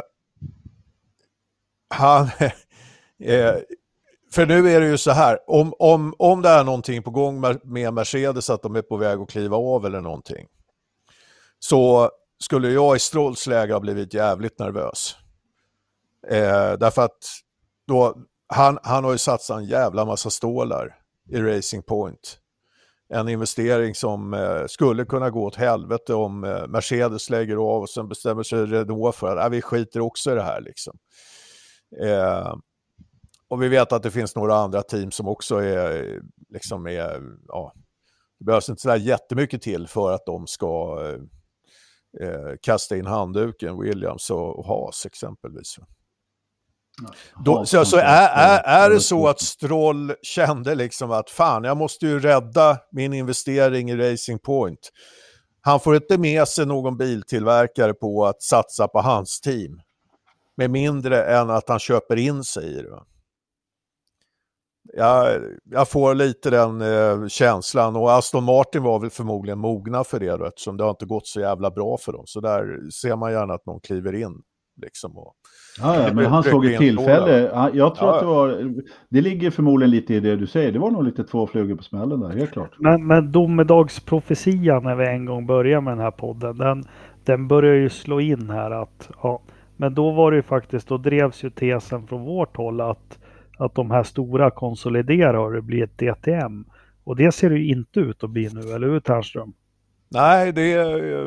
han Eh, för nu är det ju så här, om, om, om det är någonting på gång med Mercedes att de är på väg att kliva av eller någonting, så skulle jag i Strolls läge ha blivit jävligt nervös. Eh, därför att då, han, han har ju satsat en jävla massa stålar i Racing Point. En investering som eh, skulle kunna gå åt helvete om eh, Mercedes lägger av och sen bestämmer sig Renault för att äh, vi skiter också i det här liksom. Eh, Och vi vet att det finns några andra team som också är, liksom är, ja, det behövs inte så där jättemycket till för att de ska eh, kasta in handduken, Williams och, och Haas exempelvis. Ja, Då, så så är, är, är det så att Stroll kände liksom att fan, jag måste ju rädda min investering i Racing Point. Han får inte med sig någon biltillverkare på att satsa på hans team med mindre än att han köper in sig i det. Jag, jag får lite den eh, känslan, och Aston Martin var väl förmodligen mogna för det då, eftersom det har inte gått så jävla bra för dem. Så där ser man gärna att någon kliver in. Liksom, och, ja, ja, men han såg ett tillfälle. Jag tror ja, att det var, det ligger förmodligen lite i det du säger. Det var nog lite två flugor på smällen där, helt klart. Men, men domedagsprofetian när vi en gång börjar med den här podden, den, den börjar ju slå in här att, ja, men då var det ju faktiskt, då drevs ju tesen från vårt håll att att de här stora konsoliderar och det blir ett D T M. Och det ser ju inte ut att bli nu, eller hur Ternström? Nej, det,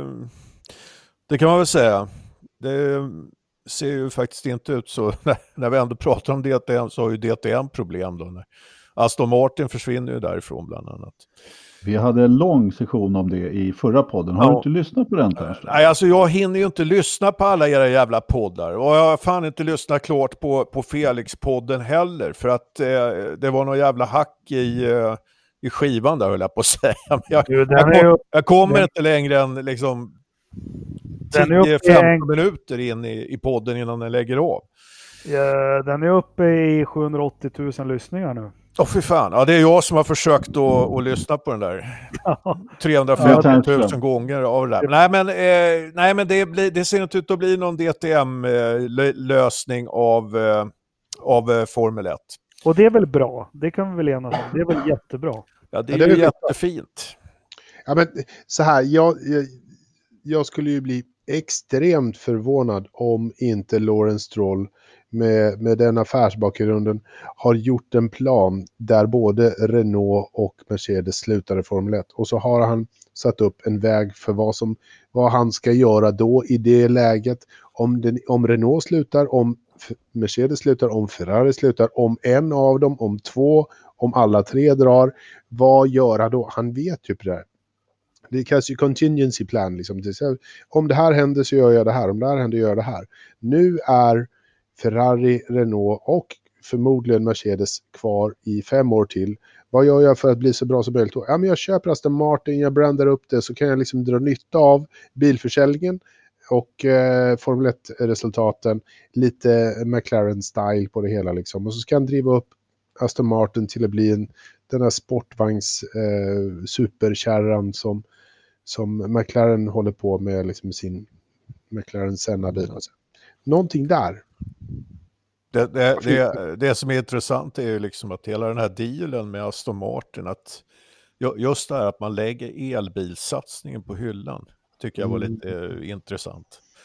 det kan man väl säga. Det ser ju faktiskt inte ut så. När vi ändå pratar om D T M så har ju D T M problem då. Aston Martin försvinner ju därifrån bland annat. Vi hade en lång session om det i förra podden. Har ja. du inte lyssnat på den? Ternström? Nej, alltså jag hinner ju inte lyssna på alla era jävla poddar. Och jag har fan inte lyssnat klart på, på Felix-podden heller. För att eh, det var någon jävla hack i, eh, i skivan där, höll jag på att säga. Men jag, du, jag, kom, ju, jag kommer den, inte längre än liksom tio femton minuter in i, i podden innan den lägger av. Ja, den är uppe i sjuhundraåttio tusen lyssningar nu. Åh oh, fy fan, ja, det är jag som har försökt att, att lyssna på den där trehundrafemtio tusen gånger av det där. Nej men, eh, nej, men det, blir, det ser inte ut att bli någon D T M-lösning av, eh, av eh, Formel ett. Och det är väl bra, det kan vi väl enas om, det är väl jättebra. Ja, det är, ja, det är ju jättefint. Ja, men så här, jag, jag, jag skulle ju bli extremt förvånad om inte Lawrence Stroll med, med den affärsbakgrunden har gjort en plan där både Renault och Mercedes slutar i Formel ett. Och så har han satt upp en väg för vad, som, vad han ska göra då i det läget. Om, den, om Renault slutar, om Mercedes slutar, om Ferrari slutar, om en av dem, om två, om alla tre drar. Vad gör han då? Han vet ju på det här. Det kallas ju contingency plan. Liksom. Om det här händer så gör jag det här. Om det här händer gör jag det här. Nu är Ferrari, Renault och förmodligen Mercedes kvar i fem år till. Vad gör jag för att bli så bra som möjligt? Ja, men jag köper Aston Martin, jag brandar upp det, så kan jag liksom dra nytta av bilförsäljningen och eh, Formel ett-resultaten. Lite McLaren-style på det hela. Liksom. Och så ska han driva upp Aston Martin till att bli en, den här sportvagns eh, superkärran som, som McLaren håller på med liksom sin McLaren Senna-bil. Någonting där. Det, det, det, det som är intressant är ju liksom att hela den här dealen med Aston Martin, att just det här att man lägger elbilsatsningen på hyllan, tycker jag var lite mm. intressant.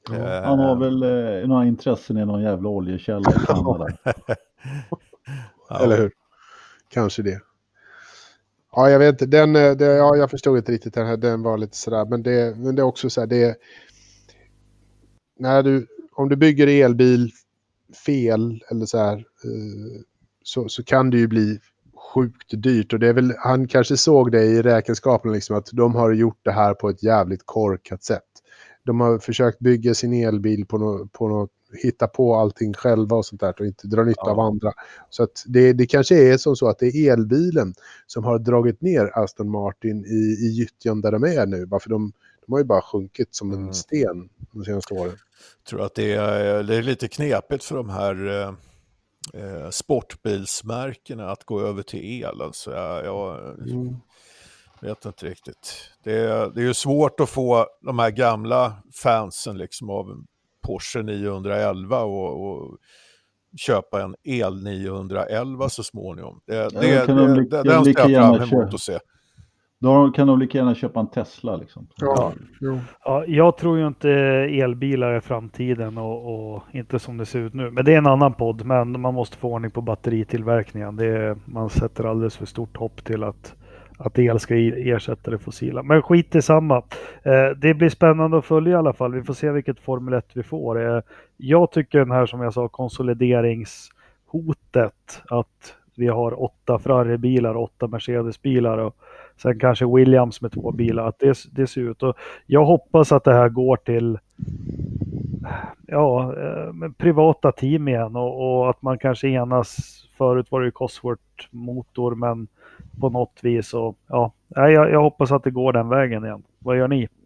Ja, han har väl eh, några intressen i någon jävla oljekälla i Kanada. Ja. Eller hur? Kanske det. Ja, jag vet inte. Den, det, ja, jag förstod inte riktigt den här. Den var lite sådär. Men det, men det är också så här. Det, när du, om du bygger elbil fel eller så här, så, så kan det ju bli sjukt dyrt. Och det är väl, han kanske såg det i räkenskapen liksom, att de har gjort det här på ett jävligt korkat sätt. De har försökt bygga sin elbil på något, på något, hitta på allting själva och sånt där och inte dra nytta ja. av andra. Så att det, det kanske är som så att det är elbilen som har dragit ner Aston Martin i, i gyttjan där de är nu. Varför de, de har ju bara sjunkit som en mm. sten de senaste åren. Jag tror att det är, det är lite knepigt för de här eh, sportbilsmärkena att gå över till el. Alltså jag, jag mm. vet inte riktigt. Det är, det är ju svårt att få de här gamla fansen liksom av Porsche niohundraelva och, och köpa en el niohundraelva så småningom. Det, ja, det, kan det, de det, lika, den ska jag fram emot att se. Då kan de lika gärna köpa en Tesla liksom. Ja, ja, jag tror ju inte elbilar är framtiden och, och inte som det ser ut nu. Men det är en annan podd, men man måste få ordning på batteritillverkningen. Det är, man sätter alldeles för stort hopp till att att el ska ersätta det fossila. Men skit i samma. Eh, det blir spännande att följa i alla fall. Vi får se vilket Formel ett vi får. Eh, jag tycker den här, som jag sa, konsolideringshotet, att vi har åtta Ferrari-bilar, åtta Mercedes-bilar och sen kanske Williams med två bilar, att det, det ser ut. Och jag hoppas att det här går till ja, eh, privata team igen och, och att man kanske enas. Förut var det ju Cosworth-motor, men på något vis. Och, ja, jag, jag hoppas att det går den vägen igen. Vad gör ni?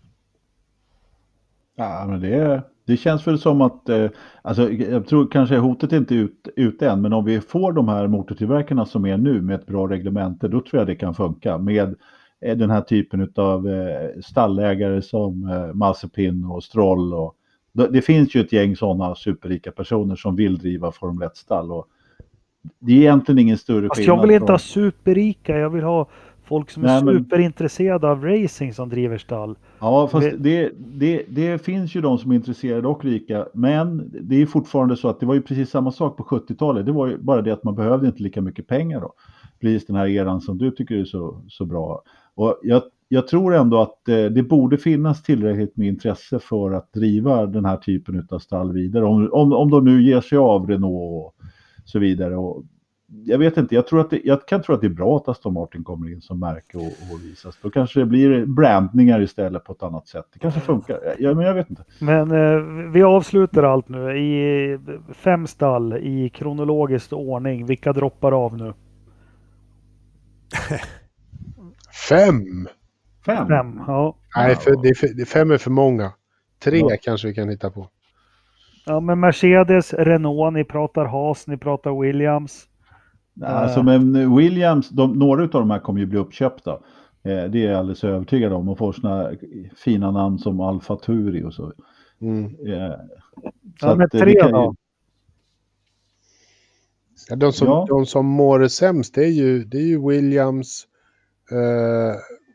Ja, men det, det känns väl som att eh, alltså, jag tror kanske hotet inte är ut, ut än, men om vi får de här motortillverkarna som är nu med ett bra reglemente, då tror jag det kan funka med eh, den här typen av eh, stallägare som eh, Mazepin och Stroll. Och, det, det finns ju ett gäng sådana superrika personer som vill driva Formel ett-stall och det är egentligen ingen större alltså, skillnad. Jag vill inte från... ha superrika, jag vill ha folk som är Nej, men... superintresserade av racing som driver stall. Ja, fast det, det, det finns ju de som är intresserade och rika, men det är fortfarande så att det var ju precis samma sak på sjuttiotalet. Det var ju bara det att man behövde inte lika mycket pengar då. Precis den här eran som du tycker är så, så bra. Och jag, jag tror ändå att eh, det borde finnas tillräckligt med intresse för att driva den här typen av stall vidare. Om, om, om de nu ger sig av Renault och så vidare. Och jag vet inte, jag tror att det, jag kan tro att det är bra att Aston Martin kommer in som märke och, och visas. Då kanske det blir brandningar istället på ett annat sätt. Det kanske funkar, ja, men jag vet inte. Men eh, vi avslutar allt nu i fem stall i kronologisk ordning. Vilka droppar av nu? Fem? Fem? Fem, ja. Nej, för, det är för, det, fem är för många. Tre ja. kanske vi kan hitta på. Ja, men Mercedes, Renault, ni pratar Haas, ni pratar Williams. Alltså, men Williams, de, några av de här kommer ju bli uppköpta. Eh, det är jag alldeles övertygad om. Och får såna fina namn som Alfa Tauri och så. Mm. Eh, så ja, men tre ju... då? Ja, de, som, ja. de som mår sämst, det är ju, det är ju Williams. Eh,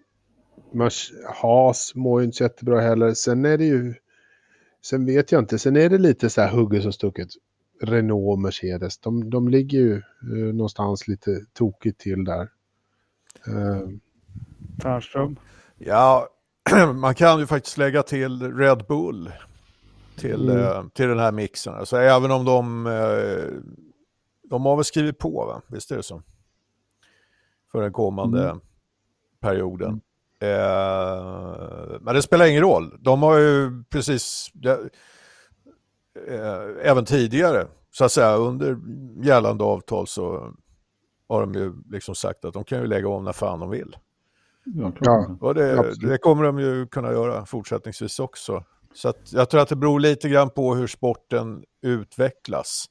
Haas mår ju inte så jättebra heller. Sen är det ju... Sen vet jag inte. Sen är det lite så här hugget och stucket. Renault och Mercedes. De, de ligger ju eh, någonstans lite tokigt till där. Eh. Tärnström. Ja, man kan ju faktiskt lägga till Red Bull till, mm. eh, till den här mixen. Alltså, även om de eh, de har väl skrivit på, va? Visst är det så? För den kommande mm. perioden. Mm. Eh, men det spelar ingen roll. De har ju precis ja, eh, även tidigare så att säga under gällande avtal så har de ju liksom sagt att de kan ju lägga om när fan de vill. Ja, ja, och det, det kommer de ju kunna göra fortsättningsvis också. Så att jag tror att det beror lite grann på hur sporten utvecklas.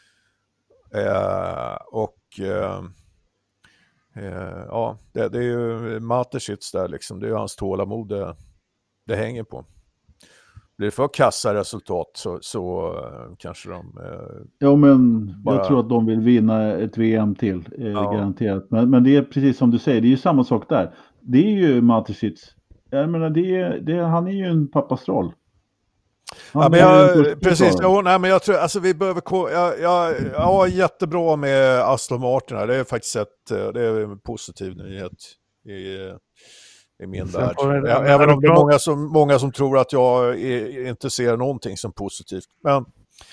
Eh, och eh, Uh, ja, det, det är ju Mateschitz där liksom, det är ju hans tålamod det, det hänger på. Blir det för kassa resultat så, så uh, kanske de... Uh, ja, men bara... jag tror att de vill vinna ett V M till, eh, ja. garanterat. Men, men det är precis som du säger, det är ju samma sak där. Det är ju Mateschitz. Jag menar, det är, det är, han är ju en pappastroll. Ja, men jag, precis, ja, nej, men jag tror, alltså vi behöver, ja, ja, ja, jättebra med Aston Martin här. Det är faktiskt ett, det är en positiv nyhet i, i min värld. Jag, även om det är många som, många som tror att jag är, inte ser någonting som positivt. Men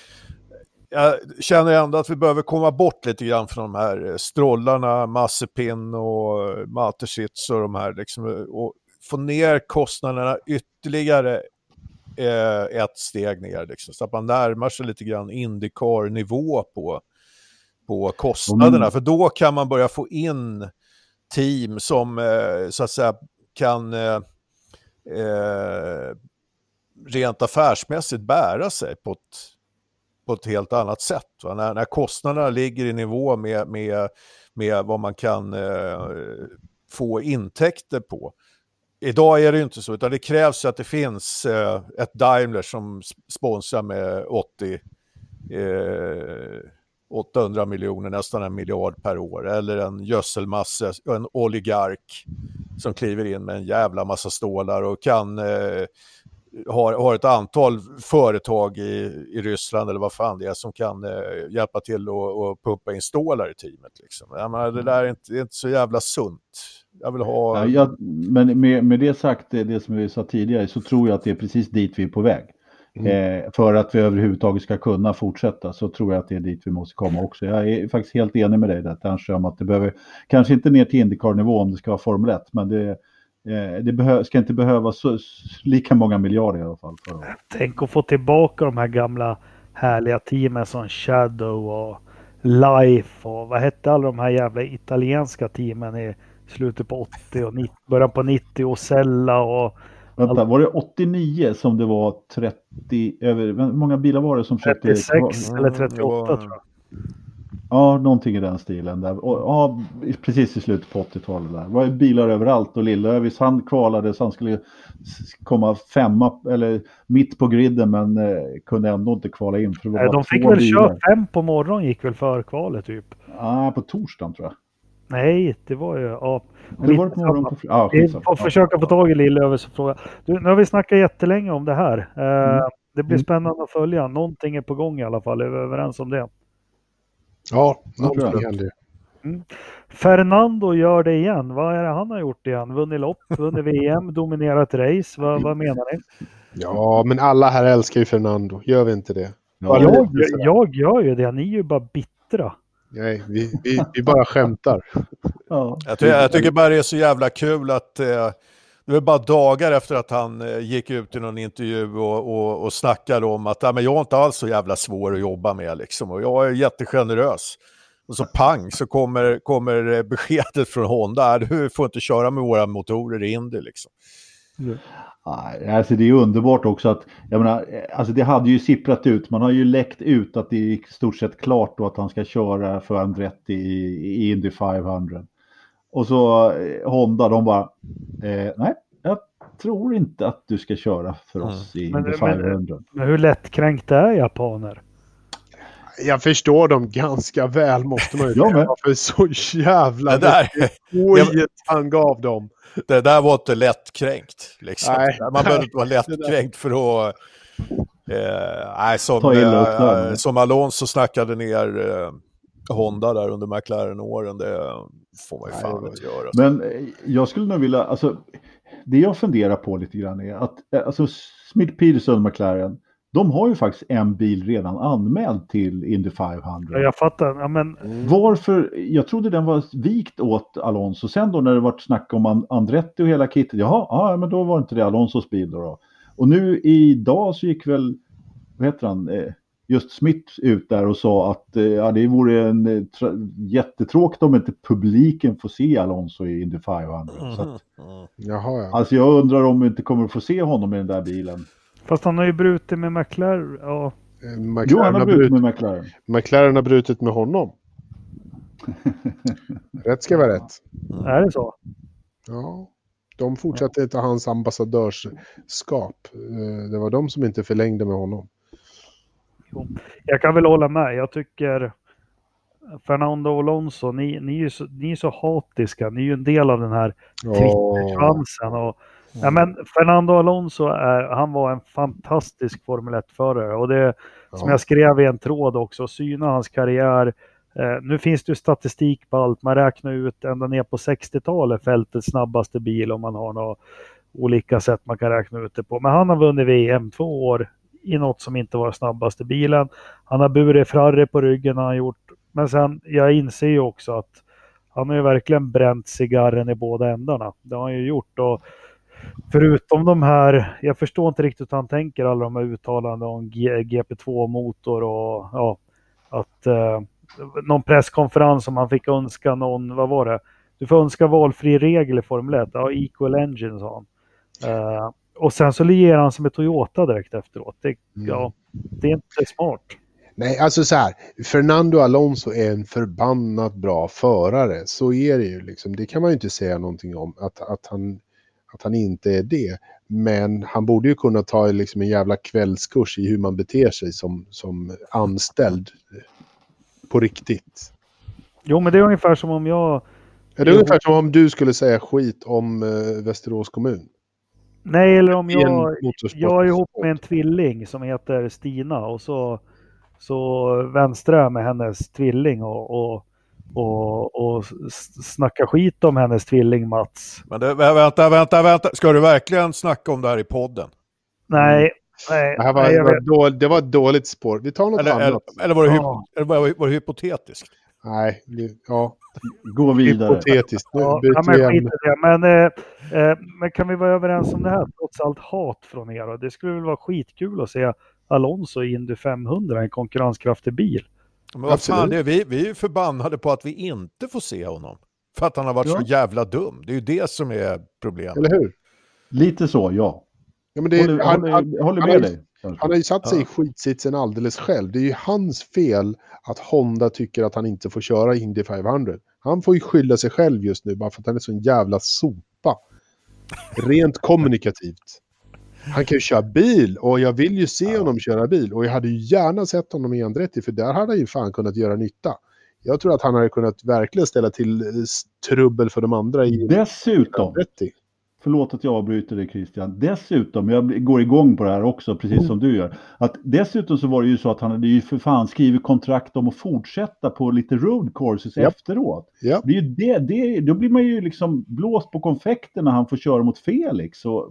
jag känner ändå att vi behöver komma bort lite grann från de här strollarna, Mazepin och Mateschitz och de här, liksom, och få ner kostnaderna ytterligare ett steg ner, liksom, så att man närmar sig lite grann IndyCar-nivå på, på kostnaderna. Mm. För då kan man börja få in team som eh, så att säga kan eh, eh, rent affärsmässigt bära sig på ett, på ett helt annat sätt. Va? När, när kostnaderna ligger i nivå med, med, med vad man kan eh, få intäkter på. Idag är det ju inte så, utan det krävs att det finns eh, ett Daimler som sponsrar med åttio, eh, åttahundra miljoner, nästan en miljard per år. Eller en gödselmassa, en oligark som kliver in med en jävla massa stålar och kan eh, har, har ett antal företag i, i Ryssland eller vad fan det är som kan eh, hjälpa till och pumpa in stålar i teamet. Liksom. Jag menar, det där är inte, det är inte så jävla sunt. Jag vill ha... Ja, jag, men med, med det sagt, det som vi sa tidigare, så tror jag att det är precis dit vi är på väg. Mm. Eh, för att vi överhuvudtaget ska kunna fortsätta, så tror jag att det är dit vi måste komma också. Jag är faktiskt helt enig med dig där, kanske om att det behöver, kanske inte ner till IndyCar-nivå om det ska vara Formel ett, men det, eh, det behö, ska inte behöva så, lika många miljarder i alla fall. För att... Tänk att få tillbaka de här gamla härliga teamen som Shadow och Life och vad hette alla de här jävla italienska teamen i slutet på åttio och nittio, början på nittio och Sella och... Vänta, var det åttionio som det var trettio, över, hur många bilar var det som försökte... trettiosex eller trettioåtta mm, tror jag. Ja, någonting i den stilen där. Och, ja, precis i slutet på åttiotalet där. Det var ju bilar överallt och Lillövis, han kvalade så han skulle komma femma eller mitt på griden, men eh, kunde ändå inte kvala in. För det var Nej, de fick väl köra fem på morgonen, gick väl för kvalet typ. Ja, på torsdagen tror jag. Nej, det var ju... Ja, det var på morgonen på... Ja, vi får försöka få tag i Lillövers och fråga. Du, nu har vi snackat jättelänge om det här. Uh, mm. Det blir spännande att följa. Någonting är på gång i alla fall. Är vi överens om det? Ja, någonting händer. Mm. Fernando gör det igen. Vad är det han har gjort igen? Vunnit lopp, vunnit V M, dominerat race. Vad, vad menar ni? Ja, men alla här älskar ju Fernando. Gör vi inte det? Ja, jag, jag gör ju det. Ni är ju bara bittra. Nej, vi, vi, vi bara skämtar. Ja. Jag, tycker, jag tycker bara det är så jävla kul att eh, det var bara dagar efter att han eh, gick ut i någon intervju och, och, och snackade om att ja, men jag är inte alls så jävla svår att jobba med liksom, och jag är jättegenerös. Och så pang så kommer, kommer beskedet från Honda, du får inte köra med våra motorer i Indy liksom. Mm. Alltså det är underbart också att, jag menar, alltså det hade ju sipprat ut, man har ju läckt ut att det är i stort sett klart då att han ska köra för Andretti i, i Indy femhundra. Och så eh, Honda, de bara, eh, nej, jag tror inte att du ska köra för oss mm. i Indy men, femhundra. Men, men hur lättkränkt är japaner? Jag förstår dem ganska väl, måste man ju säga. För så jävla det där ojet han gav dem. Det där var inte lättkränkt. Liksom. Nej, man behöver inte vara lättkränkt för att... Eh, nej, som, eh, som Alonso snackade ner eh, Honda där under McLaren-åren. Det får man ju fan nej, inte göra. Men jag skulle nog vilja... Alltså, det jag funderar på lite grann är att alltså, Smith Peterson och McLaren, de har ju faktiskt en bil redan anmäld till Indy femhundra. Ja, jag fattar. Ja, men... Varför? Jag trodde den var vikt åt Alonso. Sen då när det var snack om Andretti och hela kittet. Jaha, ja, men då var inte det Alonsos bil då. då. Och nu idag så gick väl, vad heter han, just Smith ut där och sa att ja, det vore en tra- jättetråkigt om inte publiken får se Alonso i Indy femhundra. Mm. Så att, Jaha, ja. Alltså jag undrar om vi inte kommer att få se honom i den där bilen. Fast han har ju brutit med McLaren. Ja. McLaren jo, han har brutit brutit med McLaren. McLaren har brutit med honom. Rätt ska vara rätt. Mm. Är det så? Ja. De fortsatte inte hans ambassadörskap. Det var de som inte förlängde med honom. Jo. Jag kan väl hålla med. Jag tycker Fernando Alonso, ni, ni, är så, ni är så hatiska. Ni är ju en del av den här Twitter-svansen. Och Ja, men Fernando Alonso är, han var en fantastisk Formel ett-förare och det Ja. som jag skrev i en tråd också, syna hans karriär. Eh, nu finns det ju statistik på allt, man räknar ut ända ner på sextiotalet fältets snabbaste bil om man har några olika sätt man kan räkna ut det på. Men han har vunnit V M två år i något som inte var snabbaste bilen. Han har burit Ferrari på ryggen, han har gjort. Men sen, jag inser ju också att han har ju verkligen bränt cigarren i båda ändarna. Det har han ju gjort och förutom de här, jag förstår inte riktigt hur han tänker alla de här uttalanden om G P två-motor och ja, att eh, någon presskonferens som han fick önska någon, vad var det? Du får önska valfri regel i Formel ett, ja, Equal Engine sa han. Eh, och sen så lierar han sig med Toyota direkt efteråt. Det, Mm. ja, det är inte smart. Nej, alltså så här, Fernando Alonso är en förbannat bra förare. Så är det ju liksom. Det kan man ju inte säga någonting om, att, att, han, att han inte är det. Men han borde ju kunna ta liksom en jävla kvällskurs i hur man beter sig som, som anställd på riktigt. Jo, men det är ungefär som om jag... Ja, det är ungefär som om du skulle säga skit om uh, Västerås kommun. Nej, eller om I en jag, motorsport. jag är ihop med en tvilling som heter Stina och så, så vänstrar jag med hennes tvilling och, och, och, och s- snackar skit om hennes tvilling Mats. Men det, vä- vänta, vänta, vänta. Ska du verkligen snacka om det här i podden? Nej, nej, Det, här var, nej det, jag var vet. dåligt, det var ett dåligt spår. Vi tar något Eller, eller, annat. eller, var det hy- Ja. eller var det, var det hypotetiskt? Nej, det, ja. Gå vidare. Hypotetiskt. Nu Ja, byter ja, vi men, skit ämne. i det. Men, eh, eh, men kan vi vara överens om det här? Trots allt hat från er. Och det skulle väl vara skitkul att se Alonso i Indy femhundra, en konkurrenskraftig bil. Men vad fan, Absolut. det är, vi, vi är ju förbannade på att vi inte får se honom. För att han har varit Ja. så jävla dum. Det är ju det som är problemet. Eller hur? Lite så, ja. Ja, men det, Håller, han, håller, han, håller han med har ju- dig. kanske. han har ju satt sig Ja. i skitsitsen alldeles själv. Det är ju hans fel att Honda tycker att han inte får köra Indy femhundra. Han får ju skylla sig själv just nu bara för att han är så en jävla sopa. Rent kommunikativt. Han kan ju köra bil och jag vill ju se honom köra bil. Och jag hade ju gärna sett honom i Andretti för där hade han ju fan kunnat göra nytta. Jag tror att han hade kunnat verkligen ställa till eh, trubbel för de andra i Dessutom, Andretti. förlåt att jag avbryter dig Christian, dessutom, jag går igång på det här också precis som du gör, att dessutom så var det ju så att han hade ju för fan skrivit kontrakt om att fortsätta på lite road courses Japp. efteråt. Ja. Det är ju det, det, då blir man ju liksom blåst på konfekten när han får köra mot Felix. Och...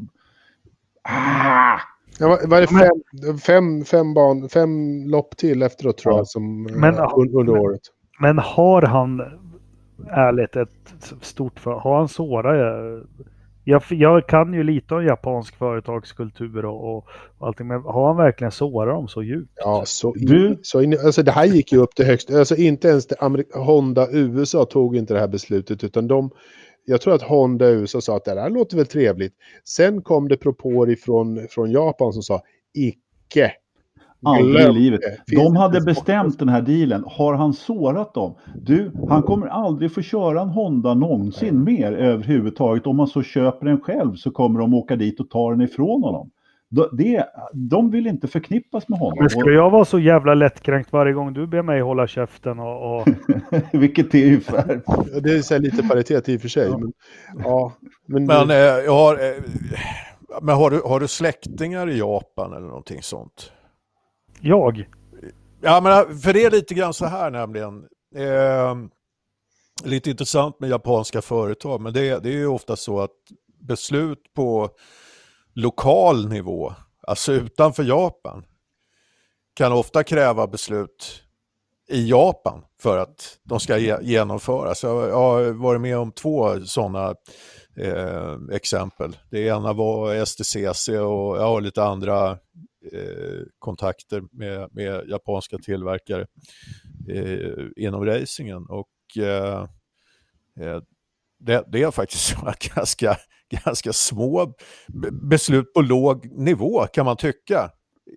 Ah! Ja, vad, vad är det fem, fem, fem, ban, fem lopp till efteråt tror Ja. jag som Men- eh, un- under året. Men har han ärligt ett stort för, har han sårat? Jag, jag kan ju lite om japansk företagskultur och, och allting, men har han verkligen sårat dem så djupt? Ja, så, Du- in, så in, alltså det här gick ju upp till högst. Alltså inte ens det Amerik- Honda U S A tog inte det här beslutet utan de, jag tror att Honda U S A sa att det här låter väl trevligt. Sen kom det propåer ifrån från Japan som sa icke. Aldrig i Glöm livet. det. Finns De inte hade ens bestämt den här dealen. Har han sårat dem? Du, han kommer aldrig få köra en Honda någonsin mer överhuvudtaget. Om man så köper den själv så kommer de åka dit och ta den ifrån honom. De, det, de vill inte förknippas med honom. Men skulle jag vara så jävla lättkränkt varje gång du ber mig hålla käften och... och... Vilket är ju för... Ja, det är så här lite paritet i och för sig. Men, ja, men, Men, eh, jag har, eh, men har, du, har du släktingar i Japan eller någonting sånt? Jag? Ja, men för det är lite grann så här nämligen. Eh, lite intressant med japanska företag, men det, det är ju ofta så att beslut på lokal nivå, alltså utanför Japan, kan ofta kräva beslut i Japan för att de ska ge, genomföras. Jag har varit med om två sådana eh, exempel. Det ena var S T C C och jag har lite andra eh, kontakter med, med japanska tillverkare eh, inom racingen. Och eh, eh, det, det är faktiskt ganska, ganska små beslut på låg nivå kan man tycka.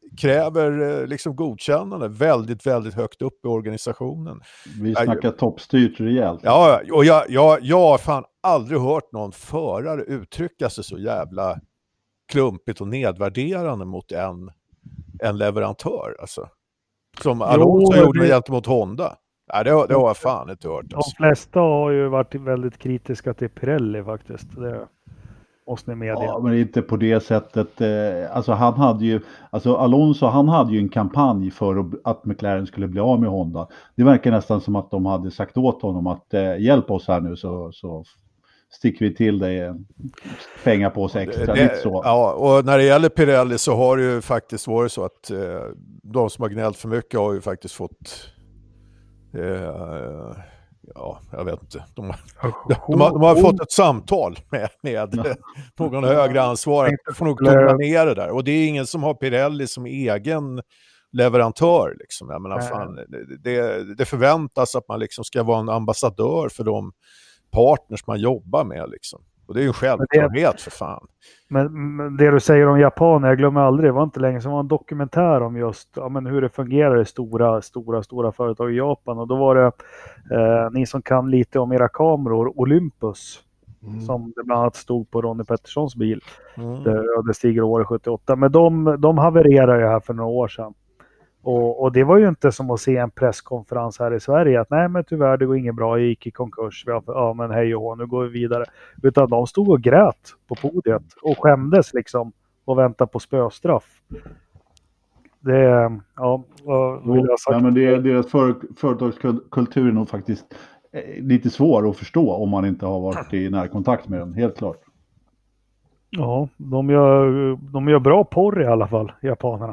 Kräver liksom godkännande väldigt, väldigt högt upp i organisationen. Vi snackar toppstyrt rejält. Ja, och jag, jag, jag har fan aldrig hört någon förare uttrycka sig så jävla klumpigt och nedvärderande mot en, en leverantör. Alltså. Som Alonso Jo, gjorde det- gentemot Honda. Nej, det, har- det har jag fan inte hört. De Alltså. flesta har ju varit väldigt kritiska till Pirelli faktiskt. Det... måste ni medge. Ja, men inte på det sättet. Eh, alltså han hade ju, alltså Alonso han hade ju en kampanj för att McLaren skulle bli av med Honda. Det verkar nästan som att de hade sagt åt honom att eh, hjälp oss här nu så, så sticker vi till dig pengar på oss extra. Det, lite så. Ja, och när det gäller Pirelli så har det ju faktiskt varit så att eh, de som har gnällt för mycket har ju faktiskt fått eh, ja, jag vet inte. De, de, de, har, de har fått ett samtal med, med någon högre ansvarig. Får nog tona ner det där. Och det är ingen som har Pirelli som egen leverantör. Liksom. Jag menar, fan, det, det förväntas att man liksom ska vara en ambassadör för de partners man jobbar med. Liksom. Och det är ju en självklarhet för fan. Men, men det du säger om Japan, jag glömmer aldrig, det var inte länge som var en dokumentär om just ja, men hur det fungerar i stora, stora, stora företag i Japan. Och då var det eh, ni som kan lite om era kameror, Olympus. Mm. Som det bland annat stod på Ronnie Petterssons bil. Mm. Det, det stiger året sjuttioåtta. Men de, de havererade ju här för några år sedan. Och, och det var ju inte som att se en presskonferens här i Sverige att nej men tyvärr det går inget bra, jag gick i konkurs, vi har, ja men hej och hå, nu går vi vidare. Utan de stod och grät på podiet och skämdes liksom och väntade på spöstraff. Det, ja, vad vill jag sagt? Ja, men det, deras för, företagskultur är nog faktiskt lite svår att förstå om man inte har varit i närkontakt med den, helt klart. Ja, de gör, de gör bra porr i alla fall, japanerna.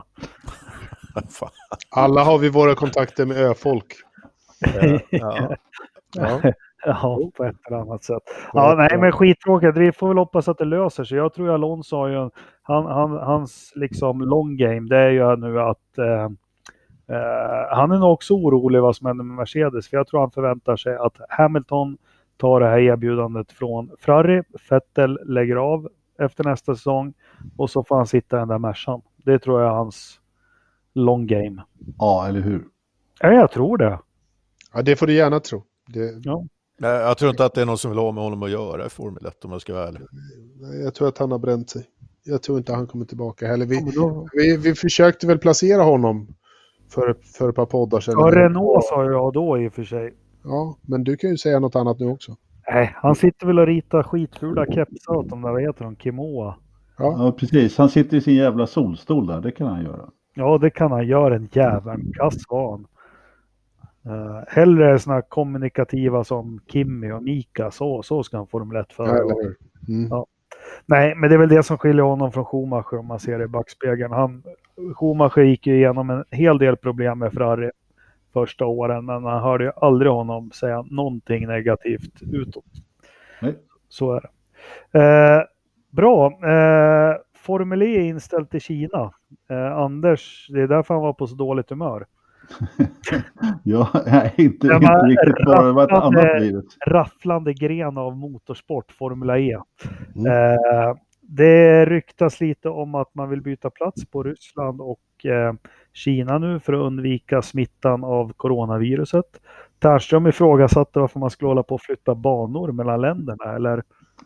Alla har vi våra kontakter med öfolk. Ja. Ja. Ja. Ja, på ett eller annat sätt. Ja, nej, men skittråkigt. Vi får väl hoppas att det löser sig. Jag tror Alonso har ju, han, han, hans liksom long game, det är ju nu att eh, eh, han är nog också orolig vad som händer med Mercedes. För jag tror han förväntar sig att Hamilton tar det här erbjudandet från Ferrari. Vettel lägger av efter nästa säsong och så får han sitta i den där Mercan. Det tror jag är hans long game. Ja, eller hur? Ja, jag tror det. Ja, det får du gärna tro. Det... Ja. Jag tror inte att det är någon som vill ha med honom att göra i Formel ett om jag ska vara ärlig. Jag tror att han har bränt sig. Jag tror inte han kommer tillbaka heller. Vi, då... vi, vi försökte väl placera honom för, för ett par poddar sedan. Ja, Renault sa jag då i och för sig. Ja, men du kan ju säga något annat nu också. Nej, han sitter väl och ritar skitfula kepsar åt dem där, vad heter de? Kimoa. Ja. Ja, precis. Han sitter i sin jävla solstol där, det kan han göra. Ja, det kan han göra, en jävla kassvan. Uh, hellre såna kommunikativa som Kimi och Mika, så, så ska han Formel ett för. Ja, mm. Ja. Nej, men det är väl det som skiljer honom från Schumacher om man ser det i backspegeln. Han, Schumacher gick ju igenom en hel del problem med Ferrari första åren, men man hörde ju aldrig honom säga någonting negativt utåt. Nej. Så är det. Uh, bra. Uh, Formel E är inställt i Kina. Uh, Anders, det är därför han var på så dåligt humör. Ja, nej, inte, inte riktigt bara, det var ett annat virus. Rafflande gren av motorsport, Formula E. Mm. Eh, det ryktas lite om att man vill byta plats på Ryssland och eh, Kina nu för att undvika smittan av coronaviruset. Tärnström ifrågasatte varför man skulle hålla på att flytta banor mellan länderna, eller?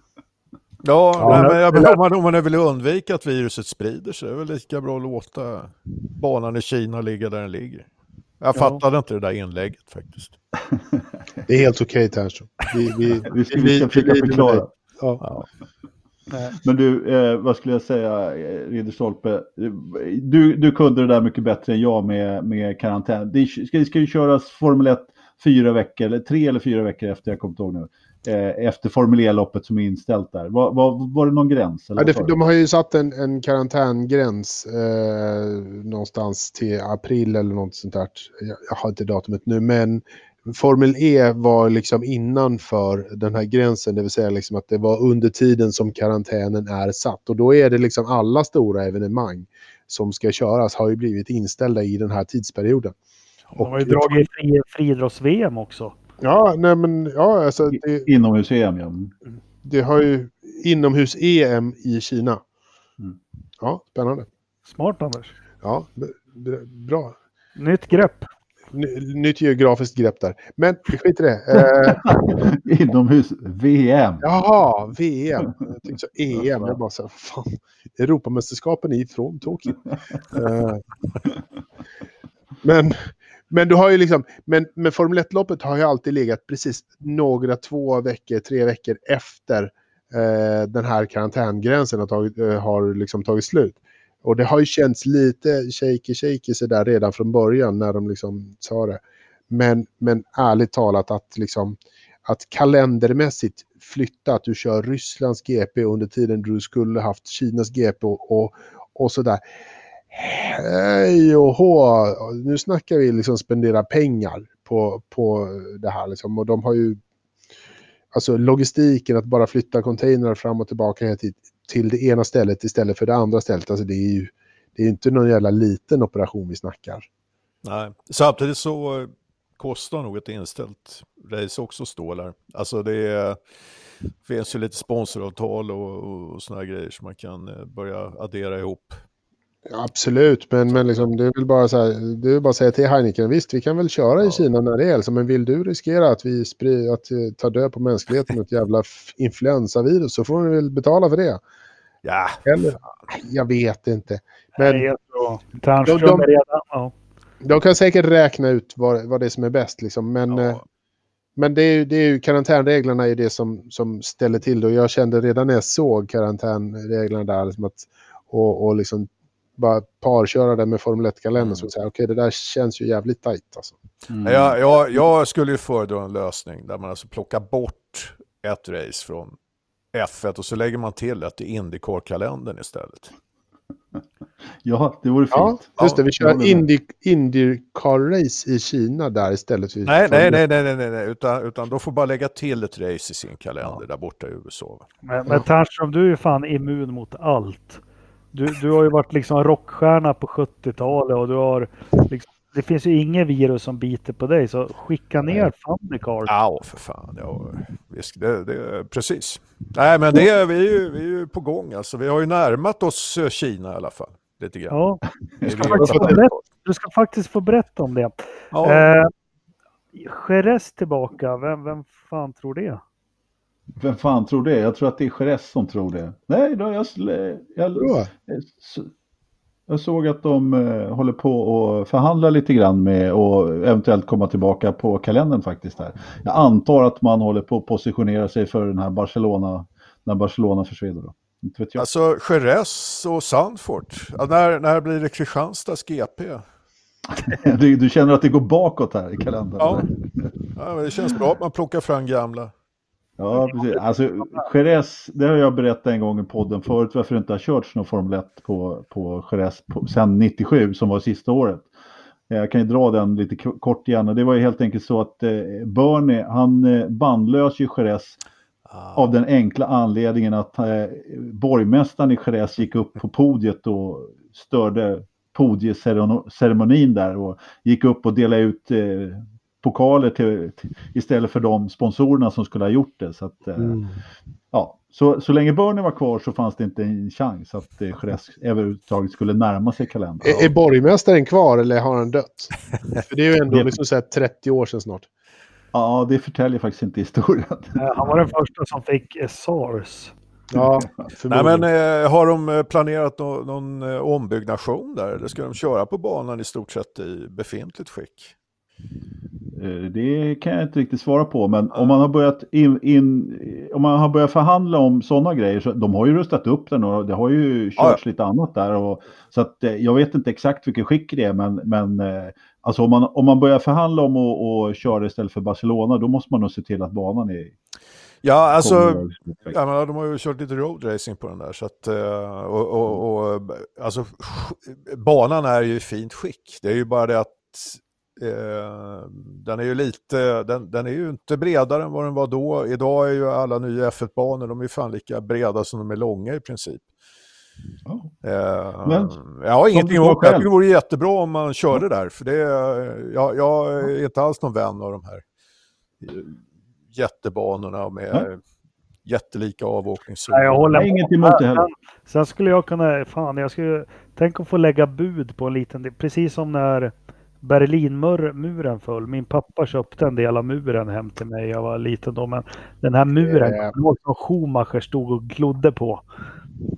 Ja, ja nej, men jag vill, om, man, om man vill undvika att viruset sprider sig, det är väl lika bra att låta banan i Kina ligga där den ligger. Jag fattade ja. inte det där inlägget faktiskt. Det är helt okej, okay, Tärnström. Vi, vi, vi ska, vi ska försöka förklara. Ja. Ja. Men du, eh, vad skulle jag säga, Ridderstolpe? Du, du kunde det där mycket bättre än jag med, med karantän. Det ska, ska ju köras Formel ett fyra veckor, eller tre eller fyra veckor efter, jag kommer inte ihåg nu. Eh, efter Formel E-loppet som är inställt där. Var, var, var det någon gräns? Eller ja, det, de har ju satt en, en karantängräns eh, någonstans till april eller något sånt där. Jag, jag har inte datumet nu, men Formel E var liksom innanför den här gränsen, det vill säga liksom att det var under tiden som karantänen är satt. Och då är det liksom alla stora evenemang som ska köras har ju blivit inställda i den här tidsperioden. De har ju dragit fri, friidrotts-V M också. Ja, nej men ja, alltså det, inomhus-E M, ja. Det har ju inomhus-E M i Kina. Mm. Ja, spännande. Smart, Anders. Ja, b- b- bra. Nytt grepp. N- nytt geografiskt grepp där. Men skit i det. Eh... Inomhus-V M. Jaha, V M. Jag tänkte så E M. Jag bara så här, fan. Europamästerskapen är ifrån Tokyo. eh... Men... Men du har ju liksom, men, men Formel ett-loppet har ju alltid legat precis några två veckor, tre veckor efter eh, den här karantängränsen har tagit, eh, har liksom tagit slut. Och det har ju känts lite shaky shaky så där redan från början när de liksom sa det. Men, men ärligt talat att, liksom, att kalendermässigt flytta att du kör Rysslands G P under tiden du skulle haft Kinas G P och, och, och sådär. Hej och hå, nu snackar vi liksom spendera pengar på, på det här liksom. Och de har ju alltså logistiken att bara flytta containrar fram och tillbaka till, till det ena stället istället för det andra stället. Alltså det är ju det är inte någon jävla liten operation vi snackar. Nej, samtidigt så kostar nog ett inställt race också stålar. Alltså det är, finns ju lite sponsoravtal och, och såna här grejer som man kan börja addera ihop. Ja, absolut, men, men liksom, det är väl bara så här, det är bara att säga till Heineken, visst vi kan väl köra i ja. Kina när det är alltså, men vill du riskera att vi sprid, att uh, ta död på mänskligheten med ett jävla influensavirus så får du väl betala för det. Ja. Eller, jag vet inte. Men Nej, de, de, de, redan, ja. de kan säkert räkna ut vad, vad det är som är bäst liksom, men, ja. uh, men det är ju, det är ju karantänreglerna är det som, som ställer till det och jag kände redan när jag såg karantänreglerna där liksom att, och, och liksom bara parköra det med Formel ett-kalender mm. så att säga, okej okay, det där känns ju jävligt tajt alltså. Mm. Jag, jag, jag skulle ju föredra en lösning där man alltså plockar bort ett race från F ett och så lägger man till ett i IndyCar-kalendern istället. Ja, det vore fint. Ja, just det, vi kör Indy, IndyCar-race i Kina där istället. För nej, nej, nej, nej, nej, nej, utan, utan då får bara lägga till ett race i sin kalender ja. Där borta i U S A. Men, men Ternström, du är fan immun mot allt. Du, du har ju varit liksom rockstjärna på sjuttiotalet och du har liksom, det finns ju ingen virus som biter på dig så skicka ner Thundercard. Ja, för fan. Ja, det, det, precis. Nej, men det är, vi, är ju, vi är ju på gång. Alltså. Vi har ju närmat oss Kina i alla fall. Lite grann. Ja, du ska, faktiskt få berätta, du ska faktiskt få berätta om det. Ja. Eh, Jerez tillbaka, vem, vem fan tror det? Vem fan tror det? Jag tror att det är Jerez som tror det. Nej, då jag, jag, jag, jag såg att de uh, håller på och förhandlar lite grann med och eventuellt komma tillbaka på kalendern faktiskt här. Jag antar att man håller på att positionera sig för den här Barcelona, när Barcelona försvinner då. Inte vet jag. Alltså Jerez och Sandford, ja, när, när blir det Kristianstads G P? du, du känner att det går bakåt här i kalendern? Ja, ja men det känns bra att man plockar fram gamla. Ja, precis. Alltså, Jerez, det har jag berättat en gång i podden förut varför det inte har körts någon Formel ett på, på Jerez på, sen nittiosju som var sista året. Jag kan ju dra den lite kort igen och det var ju helt enkelt så att eh, Bernie, han eh, bandlös ju Jerez ah. av den enkla anledningen att eh, borgmästaren i Jerez gick upp på podiet och störde podieceremonin där och gick upp och delade ut eh, pokaler till, till, istället för de sponsorerna som skulle ha gjort det. Så, att, mm. ja, så, så länge Bernie var kvar så fanns det inte en chans att eh, Jerez överhuvudtaget skulle närma sig kalendern. Är, är borgmästaren kvar eller har han dött? För det är ju ändå liksom så här trettio år sedan snart. Ja, det förtäljer faktiskt inte historien. Han var den första som fick SARS. Ja, nej, men eh, har de planerat no- någon eh, ombyggnation där? Eller ska de köra på banan i stort sett i befintligt skick? Det kan jag inte riktigt svara på, men om man har börjat in, in, om man har börjat förhandla om sådana grejer så de har ju rustat upp den och det har ju körts ja. lite annat där och, så att jag vet inte exakt vilken skick det är, men, men alltså om man, om man börjar förhandla om att och köra istället för Barcelona då måste man nog se till att banan är. Ja, alltså jag menar, de har ju kört lite roadracing på den där så att och, och, och alltså banan är ju i fint skick. Det är ju bara det att Eh, den är ju lite den, den är ju inte bredare än vad den var då. Idag är ju alla nya F ett-banor de är fan lika breda som de är långa i princip. Oh. Eh, Men, jag har ingenting emot. Jag tycker det vore jättebra om man körde där för det jag, jag är inte alls någon vän av de här jättebanorna med ja. jättelika avåkningszoner. Nej, jag håller inget emot det heller. Sen skulle jag kunna fan jag skulle tänka att få lägga bud på en liten precis som när Berlinmuren föll. Min pappa köpte en del av muren hem till mig. Jag var liten då, men den här muren yeah. låg som Schumacher stod och glodde på.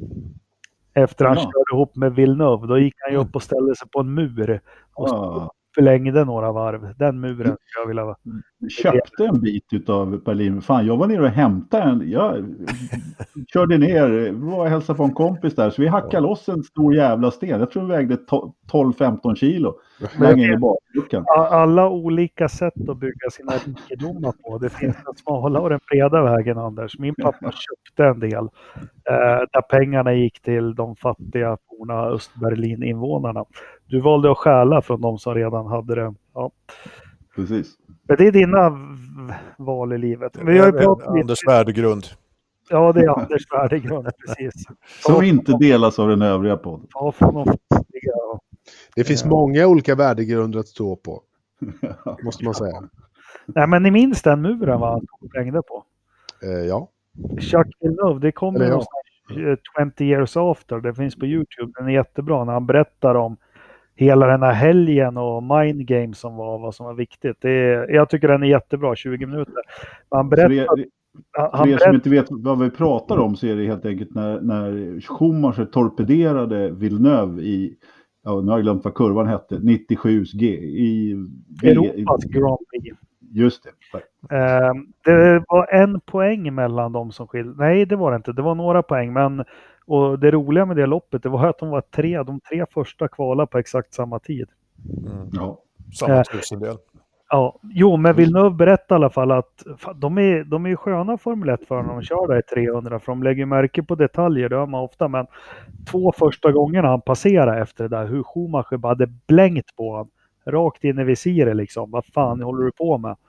Efter han ja. körde ihop med Villeneuve. Då gick han ju upp och ställde sig på en mur. Och, ja. förlängde några varv. Den muren skulle jag vilja... Jag köpte en bit av Berlin. Fan, jag var nere och hämtade en. Jag körde ner, var och hälsade på en kompis där. Så vi hackade loss en stor jävla sten. Jag tror det vägde tolv femton kilo. Men alla olika sätt att bygga sina rikedomar på. Det finns den smala och den breda vägen, Anders. Min pappa köpte en del. Eh, där pengarna gick till de fattiga forna Östberlin-invånarna. Du valde att stjäla från de som redan hade det. Ja. Precis. Men det är dina v- val i livet. Men jag är Anders värdegrund. Ja, det är Anders värdegrund, precis. Som ja, inte delas av den övriga podden. Ja, från de fattiga. Det finns ja. många olika värdegrunder att stå på. Måste man säga. Nej, men ni minns den muren va? Han hängde på. Eh, ja. Chuck Villeneuve, det kommer ju ja. twenty years after. Det finns på YouTube. Den är jättebra när han berättar om hela den här helgen och mind game som var vad som var viktigt. Det är, jag tycker den är jättebra, tjugo minuter. Han berättar... För, för er som inte vet vad vi pratar om så är det helt enkelt när, när Schumacher torpederade Villeneuve i, ja, nu har jag glömt vad kurvan hette, nittiosju G i Europas Grand Prix. Just det. Eh, det var en poäng mellan dem som skilde. Nej, det var det inte. Det var några poäng, men och det roliga med det loppet, det var att de var tre, de tre första kvala på exakt samma tid. Mm. Ja, samma tusendel. Ja, jo, men Villeneuve berättar i alla fall att fan, de är de är ju sköna Formel ett för när de kör där i trehundra, för de lägger märke på detaljer, det hör man ofta, men två första gångerna han passerar efter det där, hur Schumacher bara hade blängt på han, rakt in i visiret liksom, vad fan håller du på med?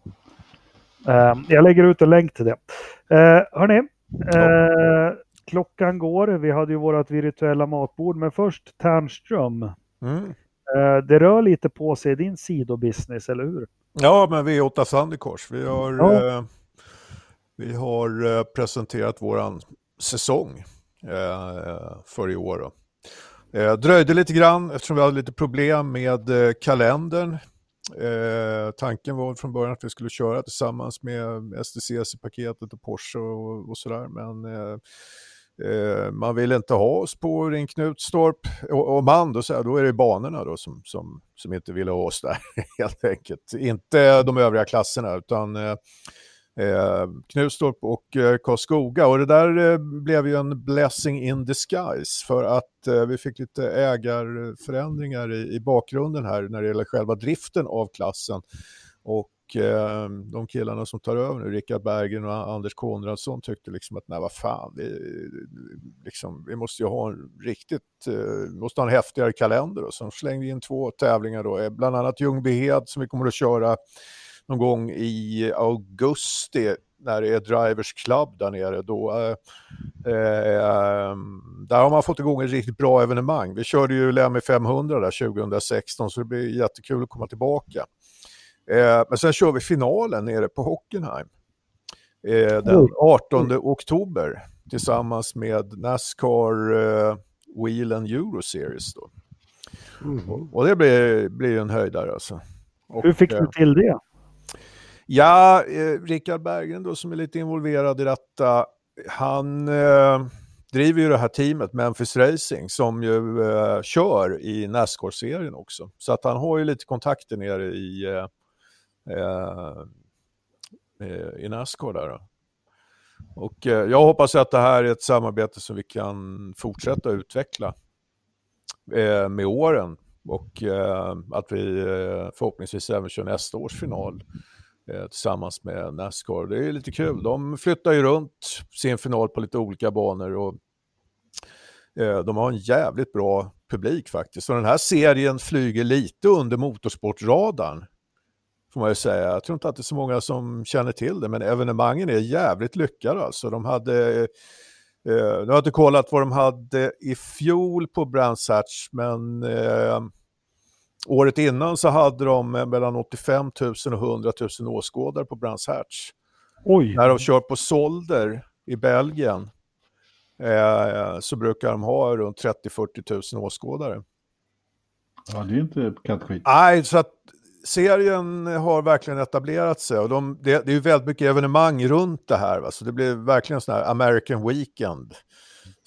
Uh, jag lägger ut en länk till det. Uh, hörni, uh, klockan går, vi hade ju vårat virtuella matbord, men först Tärnström. Mm. Det rör lite på sig din sidobusiness, eller hur? Ja, men vi är åtta Sandikors. Vi har, ja. eh, vi har eh, presenterat våran säsong eh, för i år. Då. Eh, dröjde lite grann eftersom vi hade lite problem med eh, kalendern. Eh, tanken var från början att vi skulle köra tillsammans med S T C C-paketet och Porsche och, och sådär. Men... Eh, Eh, man vill inte ha oss på Ring Knutstorp och, och man då, så här, då är det banorna då som, som, som inte vill ha oss där helt enkelt. Inte de övriga klasserna utan eh, Knutstorp och eh, Karlskoga, och det där eh, blev ju en blessing in disguise för att eh, vi fick lite ägarförändringar i, i bakgrunden här när det gäller själva driften av klassen. Och de killarna som tar över nu, Rickard Bergen och Anders Konradsson, tyckte liksom att nej vad fan, vi, liksom, vi måste ju ha en riktigt, vi måste ha en häftigare kalender, och så slängde vi in två tävlingar då, bland annat Ljungbyhed som vi kommer att köra någon gång i augusti när det är Drivers Club där nere. Då, eh, eh, där har man fått igång ett riktigt bra evenemang. Vi körde ju Lemmy femhundra där tjugohundrasexton, så det blir jättekul att komma tillbaka. Eh, men sen kör vi finalen nere på Hockenheim eh, den artonde oktober tillsammans med NASCAR eh, Wheel and Euro Series då. Mm. Och, och det blir, blir en höjdare alltså. Och, hur fick du till det? Ja, eh, Rickard Bergen då som är lite involverad i detta, han eh, driver ju det här teamet Memphis Racing som ju eh, kör i NASCAR-serien också. Så att han har ju lite kontakter nere i eh, Eh, i NASCAR där då. Och eh, jag hoppas att det här är ett samarbete som vi kan fortsätta utveckla eh, med åren, och eh, att vi eh, förhoppningsvis även kör nästa års final eh, tillsammans med NASCAR. Det är lite kul. De flyttar ju runt sin final på lite olika banor, och eh, de har en jävligt bra publik faktiskt. Så den här serien flyger lite under motorsportradarn, får man ju säga. Jag tror inte att det är så många som känner till det, men evenemangen är jävligt lyckade alltså. De hade, eh, jag har inte kollat vad de hade i fjol på Brands Hatch, men eh, året innan så hade de mellan åttiofem tusen och hundra tusen åskådare på Brands Hatch. Oj. När de kör på Solder i Belgien eh, så brukar de ha runt trettio till fyrtio tusen åskådare. Ja, det är inte kattskit. Nej, så att serien har verkligen etablerat sig, och de, det, det är ju väldigt mycket evenemang runt det här. Va? Så det blir verkligen sån här American Weekend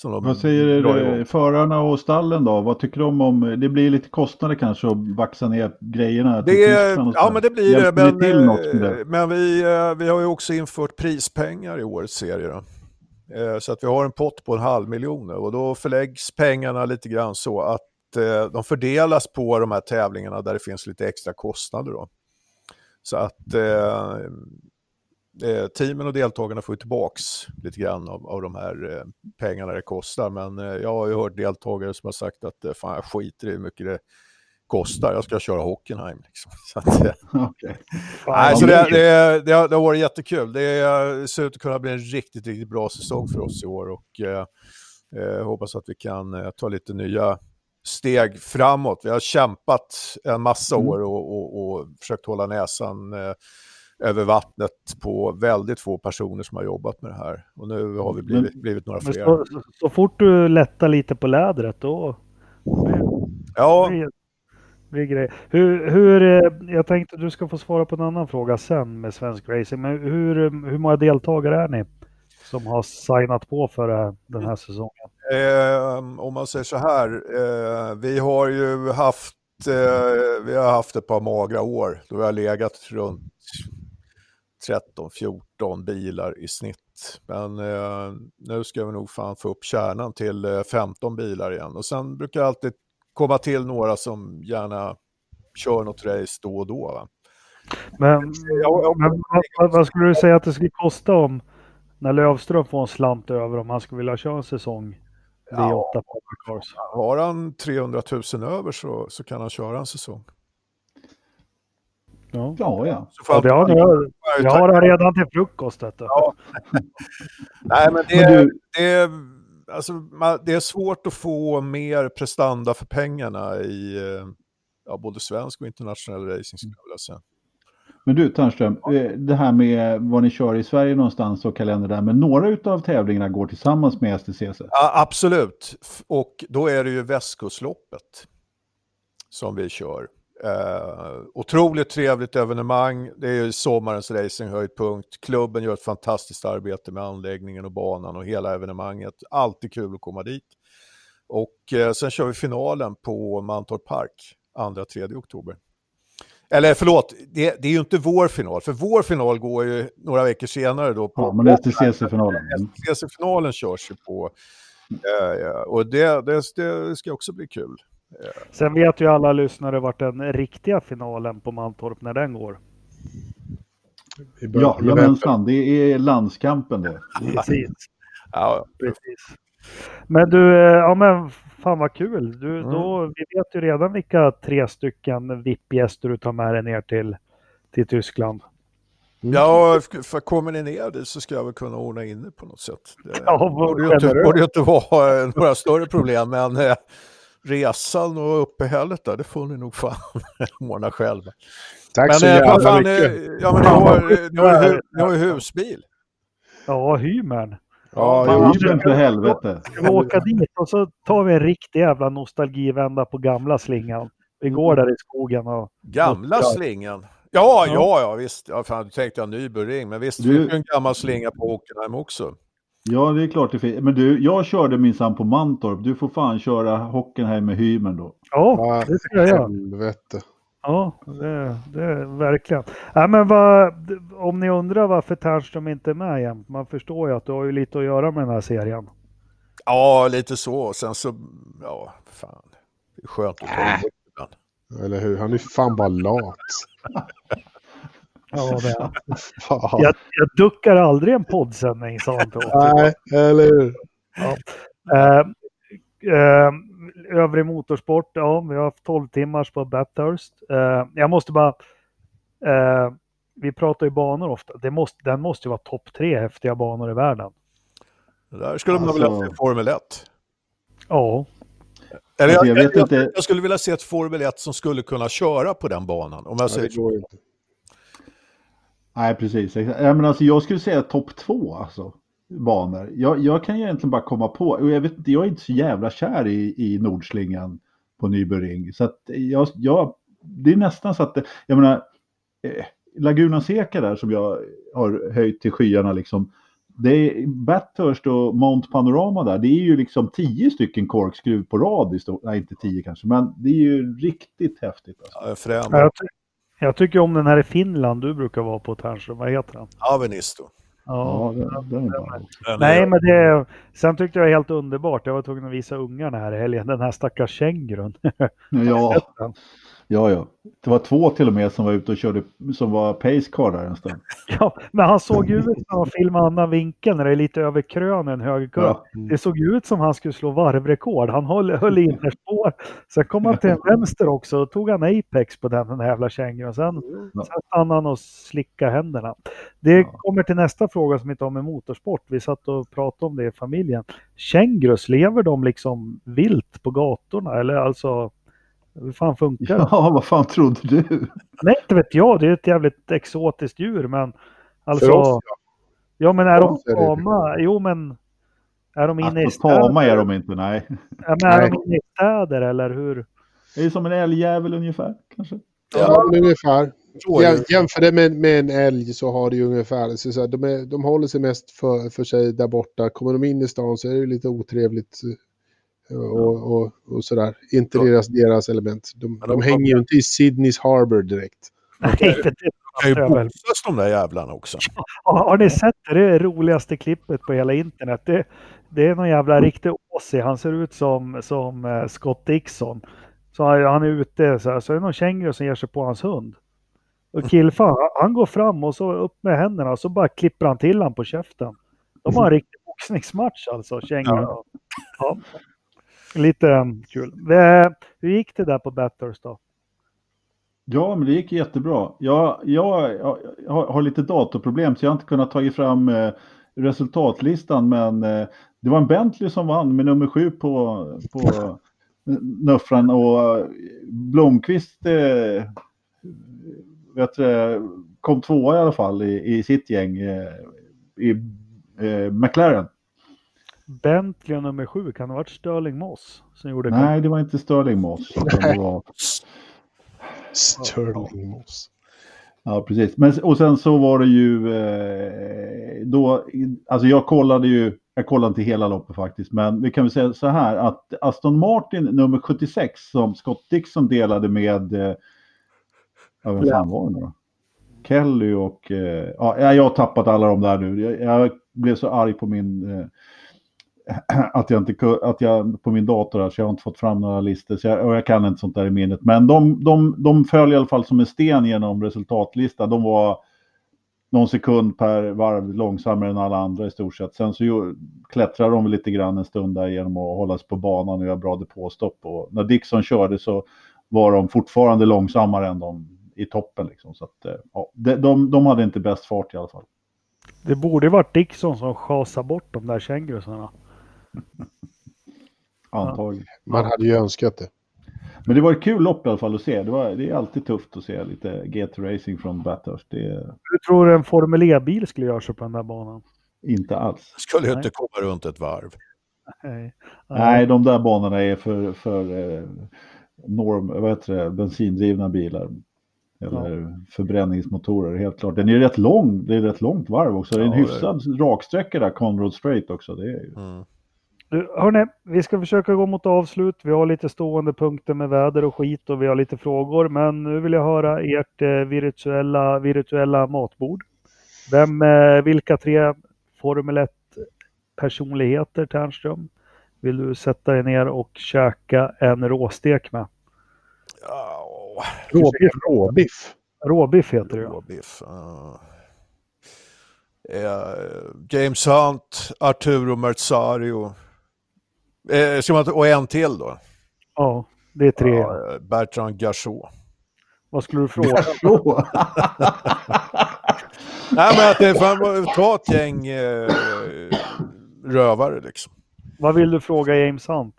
Som de Vad säger drar igång. förarna och stallen då? Vad tycker de om, det blir lite kostnader kanske att vaxa ner grejerna till Det är, Tyskland och så ja, där. men det blir det. Hjälper Men, ni till något med det? men vi, eh, vi har ju också infört prispengar i årets serie. Då. Eh, Så att vi har en pott på en halv miljon och då förläggs pengarna lite grann så att eh, de fördelas på de här tävlingarna där det finns lite extra kostnader då. Så att eh, eh, teamen och deltagarna får ju tillbaks lite grann av, av de här eh, pengarna det kostar. Men eh, jag har ju hört deltagare som har sagt att eh, fan jag skiter i hur mycket det kostar, jag ska köra Hockenheim liksom. Så att, eh, Okay. nej, så det, det, det, har, det har varit jättekul. Det är, ser ut att kunna bli en riktigt, riktigt bra säsong för oss i år och eh, eh, hoppas att vi kan eh, ta lite nya steg framåt. Vi har kämpat en massa Mm. år och, och, och försökt hålla näsan eh, över vattnet på väldigt få personer som har jobbat med det här. Och nu har vi blivit, blivit några Men fler. så, så, så fort du lättar lite på lädret då Ja, blir, blir grej. Hur, hur, eh, jag tänkte du ska få svara på en annan fråga sen med svensk racing. Men hur, hur många deltagare är ni som har signat på för det- den här säsongen? Eh, om man säger så här, eh, vi har ju haft, eh, vi har haft ett par magra år då vi har legat runt tretton fjorton bilar i snitt. Men eh, nu ska vi nog fan få upp kärnan till eh, femton bilar igen. Och sen brukar det alltid komma till några som gärna kör något race då och då. Va? Men, men vad, vad skulle du säga att det skulle kosta om när Lövström får en slant över om han skulle vilja köra en säsong V åtta på Cars? Har han trehundratusen över så, så kan han köra en säsong. Ja. Ja, ja. Så får Ja, han- det har jag, jag har han redan till frukost. Detta. Ja. Nej, men det, Men du- det, är, alltså, man, det är svårt att få mer prestanda för pengarna i eh, ja, både svensk och internationell racing skulle jag vilja säga. Men du Tärnström, eh, det här med vad ni kör i Sverige någonstans och kalender där, men några utav tävlingarna går tillsammans med S T C C? Ja, absolut. F- Och då är det ju Västkustloppet som vi kör. Eh, otroligt trevligt evenemang. Det är ju sommarens racinghöjdpunkt. Klubben gör ett fantastiskt arbete med anläggningen och banan och hela evenemanget. Alltid kul att komma dit. Och eh, sen kör vi finalen på Mantorp Park andra tredje oktober. Eller förlåt, det, det är ju inte vår final. För vår final går ju några veckor senare då. På Ja, men S T C C-finalen. Mm. S T C C-finalen körs ju på. Eh, ja, och det, det, det ska också bli kul. Sen vet ju alla lyssnare vart den riktiga finalen på Mantorp när den går. Vi börjar Ja, med jamensan, det är landskampen det. Precis. Ja, Precis. Men du, eh, ja men fan vad kul. Du, Mm. då, vi vet ju redan vilka tre stycken V I P-gäster du tar med dig ner till, till Tyskland. ja, för kommer ni ner dit så ska jag väl kunna ordna in det på något sätt. Det Ja, vad borde ju inte, generöst. borde ju inte vara eh, några större problem, men eh, resan och uppehället där, det får ni nog fan ordna själva. Tack så Men eh, jävla vad fan, mycket. eh, ja, men ni har, ni har, ju hu- ni har ju husbil. Ja, hymern. Ja, Fan, jo, alltså, Jubeln för helvete. Ska vi åka dit och så tar vi en riktig jävla nostalgivända på gamla slingan. Vi går där i skogen och... Gamla Ja. slingan. Ja, ja, ja, visst. Ja, fan, du tänkte jag Nybyring, men visst, Du- det är en gammal slinga på Hockenheim också. Ja, det är klart det finns. Men du, jag körde minsann på Mantorp. Du får fan köra Hockenheim med hymen då. Ja, Ja, det ska jag göra. helvete. Ja, det, det är verkligen. Ja, men vad, om ni undrar varför Tärnström inte är med jämt, man förstår ju att du har ju lite att göra med den här serien. Ja, lite så. Sen så, ja, fan. Det är skönt att ta det bort ibland. Eller hur? Han är fan bara lat. Ja, det är. Fan. Jag, jag duckar aldrig en poddsändning, sa han till oss. Nej, eller hur? Eh, eh, övrig motorsport, ja, vi har haft tolv timmars på Bathurst. Eh, jag måste bara, eh, vi pratar ju banor ofta, det måste, den måste ju vara topp tre häftiga banor i världen. Det där skulle man Alltså- vilja se Formel ett. Ja, Eller Alltså, jag, jag jag, vet jag, inte- jag skulle vilja se ett Formel ett som skulle kunna köra på den banan. Om jag Ja, säger det går inte. Nej, precis. Ja, men alltså, jag skulle säga topp två alltså, banor. Jag, jag kan egentligen bara komma på, och jag vet inte, jag är inte så jävla kär i, i Nordslingan på Nybyring. Så att jag, jag, det är nästan så att, det, jag menar, eh, Laguna Seca där som jag har höjt till skyarna liksom, det är Bathurst och Mount Panorama där. Det är ju liksom tio stycken korkskruv på rad. I stor, nej, inte tio kanske. Men det är ju riktigt häftigt. Alltså. Ja, jag, ty- jag tycker om den här i Finland du brukar vara på Tärnström. Vad heter den? Avenisto. Ja, ja den, den är bra. Nej, men det... Sen tyckte jag helt underbart. Jag var tvungen att visa ungarna här i helgen. Den här stackars kängurun. Ja. Ja, ja. Det var två till och med som var ute och körde, som var pacecar där en stund. Ja, men han såg ju ut som att filma annan vinkel när det är lite över krönen högerkurv. Ja. Mm. Det såg ju ut som han skulle slå varvrekord. Han höll, höll in där spår. Sen kom han till en vänster också och tog han Apex på den, den här jävla kängurun. Sen ja. satt han och slicka händerna. Det ja. kommer till nästa fråga som inte har med motorsport. Vi satt och pratade om det i familjen. Kängurus, lever de liksom vilt på gatorna? Eller alltså... Hur fan funkar det? Ja, vad fan trodde du? Nej, inte vet jag. Det är ett jävligt exotiskt djur, men alltså... För oss, ja. ja, men är de tama? Jo, men... Är de inne i städer? Tama är de inte, nej. Ja, men är nej. de inne i städer, eller hur? Det är som en älgjävel ungefär, kanske. Ja, men ungefär. Jämför det med, med en älg så har det ju ungefär... Så så här, de, är, de håller sig mest för, för sig där borta. Kommer de in i stan så är det ju lite otrevligt... Och, och, och sådär. Inte ja. deras, deras element. De, de, de hänger ju inte i Sydneys Harbor direkt. Nej, det kan ju boxas de där jävlarna också. Ja, har ni sett det? Det är det roligaste klippet på hela internet. Det, det är någon jävla riktig åsig. Han ser ut som, som Scott Dixon. Så han är ute så här. Så är det någon känguru som ger sig på hans hund. Och killfan, han går fram och så upp med händerna och så bara klipper han till han på käften. De har en riktig boxningsmatch alltså, känguru. Ja. Ja. Lite um, kul. Hur gick det där på Bathurst då? Ja, men det gick jättebra. Jag, jag, jag, jag har lite datorproblem så jag har inte kunnat ta fram eh, resultatlistan. Men eh, det var en Bentley som vann med nummer sju på, på nuffran. Och eh, Blomqvist eh, vet du, kom tvåa i alla fall i, i sitt gäng eh, i eh, McLaren. Bentley nummer sju, kan det ha varit Sterling Moss som gjorde det? Nej, det var inte Sterling Moss. Det var... Sterling Moss. Ja, precis. Men, och sen så var det ju eh, då, alltså jag kollade ju, jag kollade inte hela loppet faktiskt, men vi kan väl säga så här att Aston Martin nummer sjuttiosex som Scott Dixon delade med, eh, ja, vem fan var det då? Kelly och, eh, ja, jag har tappat alla de där nu. Jag, jag blev så arg på min... Eh, att jag inte att jag på min dator här, så jag har inte fått fram några listor så jag, och jag kan inte sånt där i minnet, men de, de, de föll i alla fall som en sten genom resultatlistan. De var någon sekund per varv långsammare än alla andra i stort sett. Sen så ju, klättrade de lite grann en stund där genom att hålla sig på banan och göra bra depåstopp, och när Dixon körde så var de fortfarande långsammare än de i toppen liksom. Så att, ja, de, de, de hade inte bäst fart i alla fall. Det borde varit Dixon som chasade bort de där kängurusarna. Antagligen. Man hade ju önskat det. Men det var ett kul lopp i alla fall att se. Det, var, det är alltid tufft att se lite G T-racing från Bathurst. Det är... Hur tror du en Formel E-bil skulle göra sig på den där banan? Inte alls. Skulle ju inte komma runt ett varv. Nej, Nej de där banorna är för, för eh, norm, vad heter det, bensindrivna bilar. Eller ja. förbränningsmotorer, helt klart. Den är rätt lång, det är rätt långt varv också. Det är en ja, hyfsad är... raksträcka där, Conrad Straight också. Det är ju... mm. Hörrni, vi ska försöka gå mot avslut. Vi har lite stående punkter med väder och skit och vi har lite frågor. Men nu vill jag höra ert eh, virtuella, virtuella matbord. Vem, eh, vilka tre Formel ett-personligheter, Tärnström, vill du sätta dig ner och käka en råstek med? Oh. Råbiff. Råbiff. Råbiff heter det. Råbiff. Uh. Uh, James Hunt, Arturo Merzario. Eh, ska man, och en till då? Ja, det är tre. Uh, Bertrand Gachot. Vad skulle du fråga? Nej, men att det fan ta ett gäng eh, rövare liksom. Vad vill du fråga James Hunt?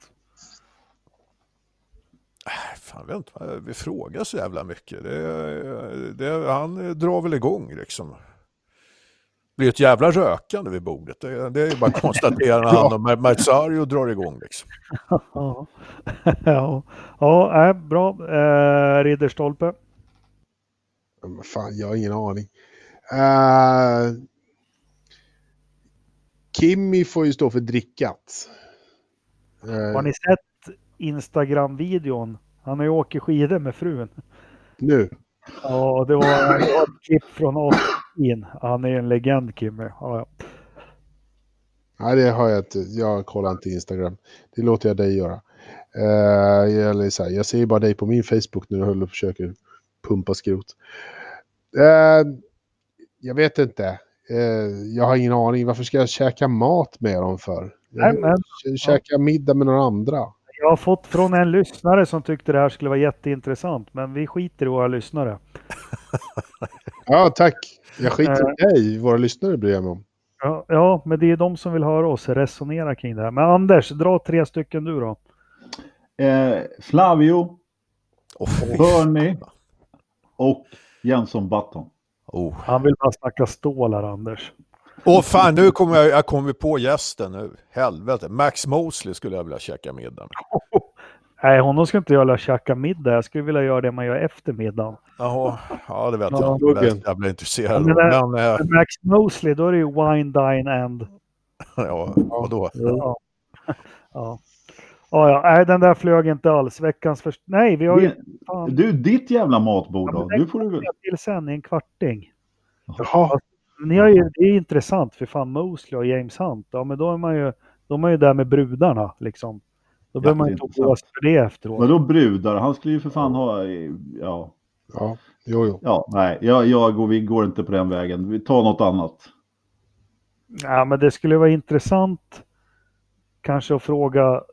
Fan, vet inte, vi frågar så jävla mycket. Det, det, han drar väl igång liksom. Det blir ett jävla rökande vid bordet. Det, det är ju bara att konstatera när han och Merzario drar igång liksom. Ja, ja, ja äh, bra. Eh, Ridderstolpe. Fan, jag har ingen aning. Uh, Kimmy får ju stå för drickat. Har ni sett Instagram-videon? Han har ju åkt skidor med frun. Nu? Ja, det var ett klipp från Austin. Han är en legend, Kimmy. Ja, ja. Nej, det har jag inte. Jag kollar inte Instagram. Det låter jag dig göra. Uh, jag, så här, jag ser bara dig på min Facebook nu och håller och försöker pumpa skrot. Uh, jag vet inte. Uh, jag har ingen aning. Varför ska jag käka mat med dem för? Nej, men, jag käka ja. middag med några andra. Jag har fått från en lyssnare som tyckte det här skulle vara jätteintressant. Men vi skiter i våra lyssnare. Ja, tack. Jag skiter i dig. Våra lyssnare bryr jag mig om. Ja, ja, men det är de som vill höra oss resonera kring det här. Men Anders, dra tre stycken du då. Eh, Flavio, oh, Bernie och Jensson Button. Oh. Han vill bara snacka stålar, Anders. Åh oh, fan, nu kommer jag, jag kommer på gästen nu. Helvete, Max Mosley skulle jag vilja käka middag med. Oh, nej, honom ska inte jag vilja käka middag. Jag skulle vilja göra det man gör efter middagen. Jaha, ja det vet ja, jag. Jag, jag blir intresserad. Men, men, men, äh... Max Mosley, då är det ju wine, dine and... ja, vadå? Ja. Ja. Ja, ja, nej, den där flög inte alls. Veckans först... Nej, vi har ju... Fan. Du, ditt jävla matbord då. Ja, du får du väl... till sen i en kvarting. Jaha. Ni har ju, det är intressant för fan Mosley och James Hunt. Ja, men då är man ju, de är ju där med brudarna liksom. Då behöver man inte gå för det efteråt. Men då brudar, han skulle ju för fan ha, ja. Ja, jo, jo. Ja, nej, jag, jag går, vi går inte på den vägen. Vi tar något annat. Ja, men det skulle vara intressant kanske att fråga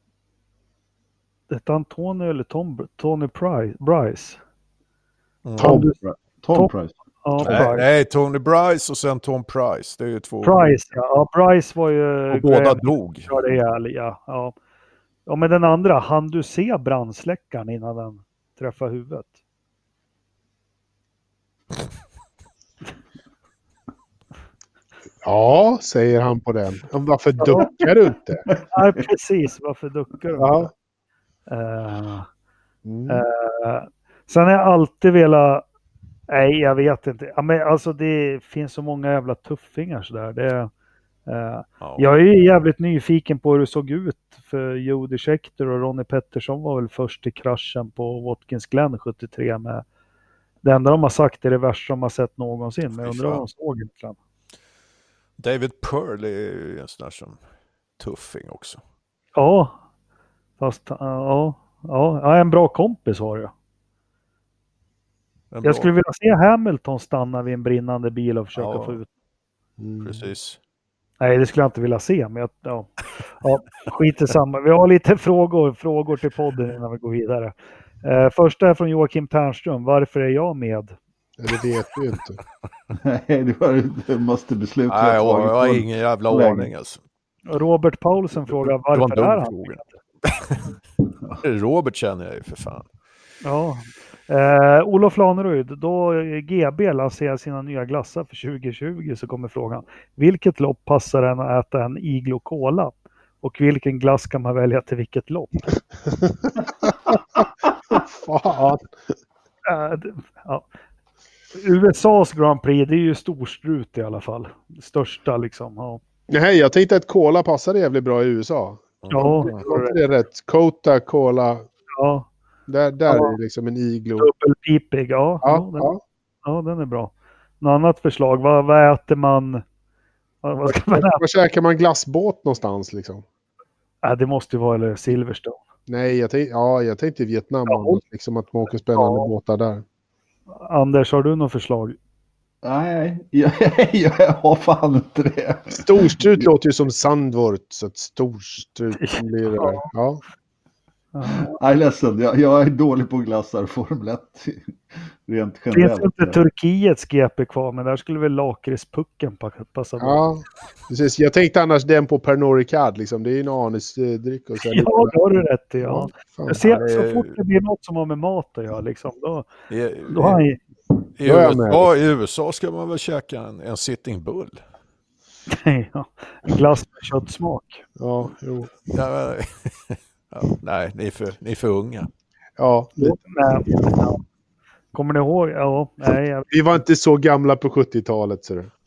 detta Antonio eller Tom, Tony Bryce. Mm. Tom, Tom, Tom Price. Ja, nej, nej, Tony Bryce och sen Tom Price. Det är ju två. Price, ja. ja Bryce var ju... Och båda dog. Ja, det är, ja, ja. Ja, men den andra, hann du se brandsläckaren innan den träffade huvudet? Ja, säger han på den. Varför duckar du inte? Ja, precis. Varför duckar du ja. inte? Uh, mm. uh, sen har jag alltid velat... Nej, jag vet inte. Ja, men alltså det finns så många jävla tuffingar sådär. Det, uh, ja. Jag är ju jävligt nyfiken på hur det såg ut. För Jody Scheckter och Ronnie Pettersson var väl först i kraschen på Watkins Glen sjuttiotre med... Det enda de har sagt är det värsta de har sett någonsin. Men jag undrar vad de såg egentligen. David Pearl är ju en sån där som tuffing också. Ja, fast ja, ja, en bra kompis har jag. Jag skulle vilja se Hamilton stanna vid en brinnande bil och försöka ja. få ut. Mm. Precis. Nej, det skulle jag inte vilja se, men jag, ja, ja, skit i samma. Vi har lite frågor, frågor till podden innan vi går vidare. Eh, första är från Joakim Ternström. Varför är jag med? Det vet du inte. Nej, det var, du måste besluta. Nej, jag, jag har ingen jävla ordning alltså. Robert Paulsen frågar varför är han med? Robert känner jag ju för fan. Ja. Eh, Olof Lanerud, då G B lanserar sina nya glassar för tjugo tjugo så kommer frågan. Vilket lopp passar en att äta en Iglo Cola? Och vilken glass kan man välja till vilket lopp? Fan. Eh, ja. U S A:s Grand Prix, det är ju storstrut i alla fall. Största liksom. Ja. Nej, jag tänkte att Cola passade jävligt bra i U S A. Ja, det, det är rätt. Coca, Cola. Ja. Där, där ja. är det liksom en iglo. Dubbelpipig, ja. Ja, ja, den, ja. ja, den är bra. Något annat förslag, vad, vad äter man? Vad, vad ska man äta? Var käkar man glassbåt någonstans liksom? Ja, det måste ju vara eller Silverstone. Nej, jag tänkte, ja, jag tänkte Vietnam. Ja. Liksom att man åker spännande ja. båtar där. Anders, har du något förslag? Nej, jag, jag har fan inte det. Storstrut låter ju som Sandvort, så att storstrut blir det där. Ja. Jag är ledsen, jag, jag är dålig på glassar Formel ett. Rent generellt. Det finns inte Turkiets G P kvar, men där skulle väl lakritspucken passa bra. Ja, precis. Jag tänkte annars den på Pernod Ricard, liksom. Det är ju en anisdryck. Och så ja, det har du rätt i. Ja. Ja, jag ser ja, så fort det blir något som har med mat att göra, liksom, då, I, då har jag... I, U S A, I U S A ska man väl käka en, en sitting bull. Ja, en glass med köttsmak. Ja, jo. Ja, ja, nej, ni är, för, ni är för unga. Ja, nej, ja. Kommer ni ihåg? Ja, nej, jag... Vi var inte så gamla på sjuttiotalet. Så det.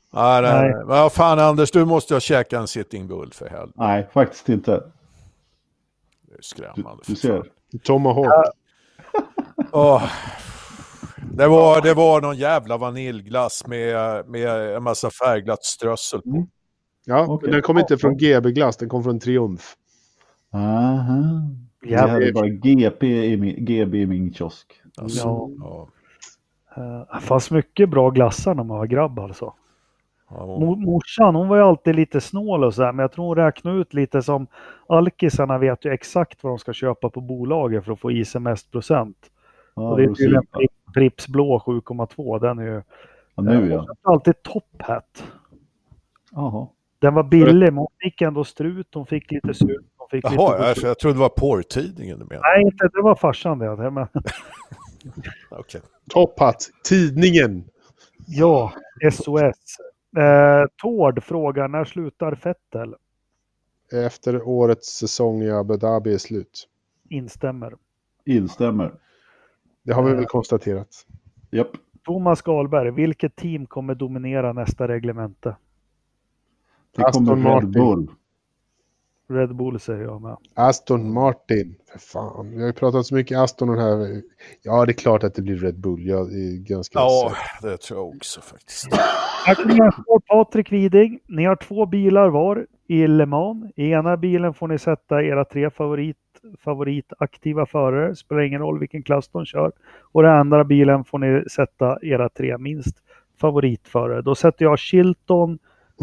Nej, nej, nej. Vad fan Anders, du måste ha käkat en Sitting Bull för helvete. Nej, faktiskt inte. Det är skrämmande. Du, du ser. Tomahawk. Ja. Oh. Det, var, det var någon jävla vaniljglass med, med en massa färgglatt strössel på. Mm. Ja, okay. Men den kom inte från G B-glass, den kom från Triumf. Aha. Ja, jag hade bara G P i min, G B i min kiosk. Alltså, ja. Ja. Uh, det fanns mycket bra glassar när man var grabb alltså. Ja. Morsan, hon var ju alltid lite snål och så här, men jag tror hon räknade ut lite som alkisarna vet ju exakt vad de ska köpa på bolaget för att få i sig mest procent. Ja, och det är ju en Pripps blå sju komma två, den är ju ja, nu ja. alltid Top Hat. Jaha. Den var billig, men hon fick ändå strut, hon fick lite surt. Fick Jaha, lite jag, jag trodde det var porrtidningen du menade. Nej, inte, det var farsan det. Men... okay. Top Hat, tidningen. Ja, S O S. Eh, Tord frågar, när slutar Vettel? Efter årets säsong i Abu Dhabi är slut. Instämmer. Instämmer. Det har vi eh. väl konstaterat. Japp. Thomas Galberg, vilket team kommer dominera nästa reglemente? Det Aston kommer Red Martin. Bull. Red Bull säger jag med. Aston Martin. För fan. Vi har ju pratat så mycket Aston och här. Ja, det är klart att det blir Red Bull. Jag är ganska Ja, säker. Det tror jag också faktiskt. Här kommer Patrik Widing. Ni har två bilar var i Le Mans. I ena bilen får ni sätta era tre favorit, favoritaktiva förare. Spelar ingen roll vilken klass de kör. Och den andra bilen får ni sätta era tre minst favoritförare. Då sätter jag Chilton,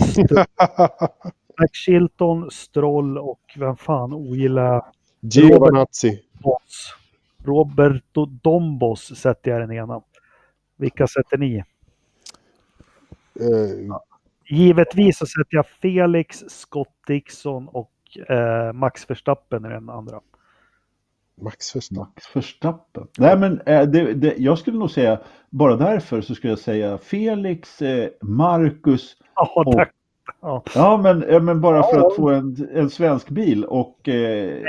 Max Chilton, Stroll och vem fan ogillar Giovinazzi. Roberto Dombos sätter jag den ena. Vilka sätter ni? Uh, Givetvis så sätter jag Felix, Scott Dixon och eh, Max Verstappen i den andra. Max Verstappen. Max Verstappen. Nej men eh, det, det, jag skulle nog säga, bara därför så skulle jag säga Felix, eh, Marcus ja, och... tack. Ja. Ja, men, ja, men bara för ja. att få en, en svensk bil och... Eh,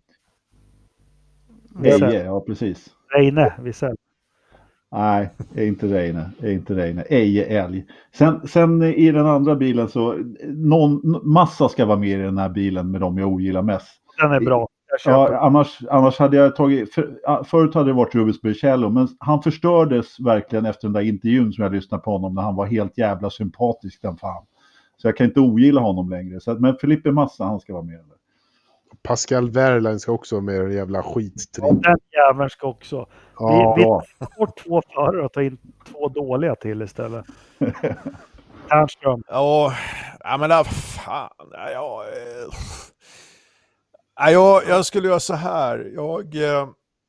Eje, ja precis. Reine, Wiesel. Nej, är inte Reine, är inte Reine. Eje, älg. Sen, sen i den andra bilen så, någon, massa ska vara med i den här bilen med de jag ogillar mest. Den är bra. Ja, annars, annars hade jag tagit, för, förut hade det varit Rubens Barrichello, men han förstördes verkligen efter den där intervjun som jag lyssnade på honom när han var helt jävla sympatisk den fan. Så jag kan inte ogilla honom längre. Så, men Felipe Massa, han ska vara med. Pascal Wehrlein ska också vara med i den jävla skittrick. Ja, den jäveln ska också. Ja. Vi, vi får två förare och ta in två dåliga till istället. Tärnström. Ja, ja men där, fan. Ja, ja, jag, jag skulle göra så här. Jag... Eh,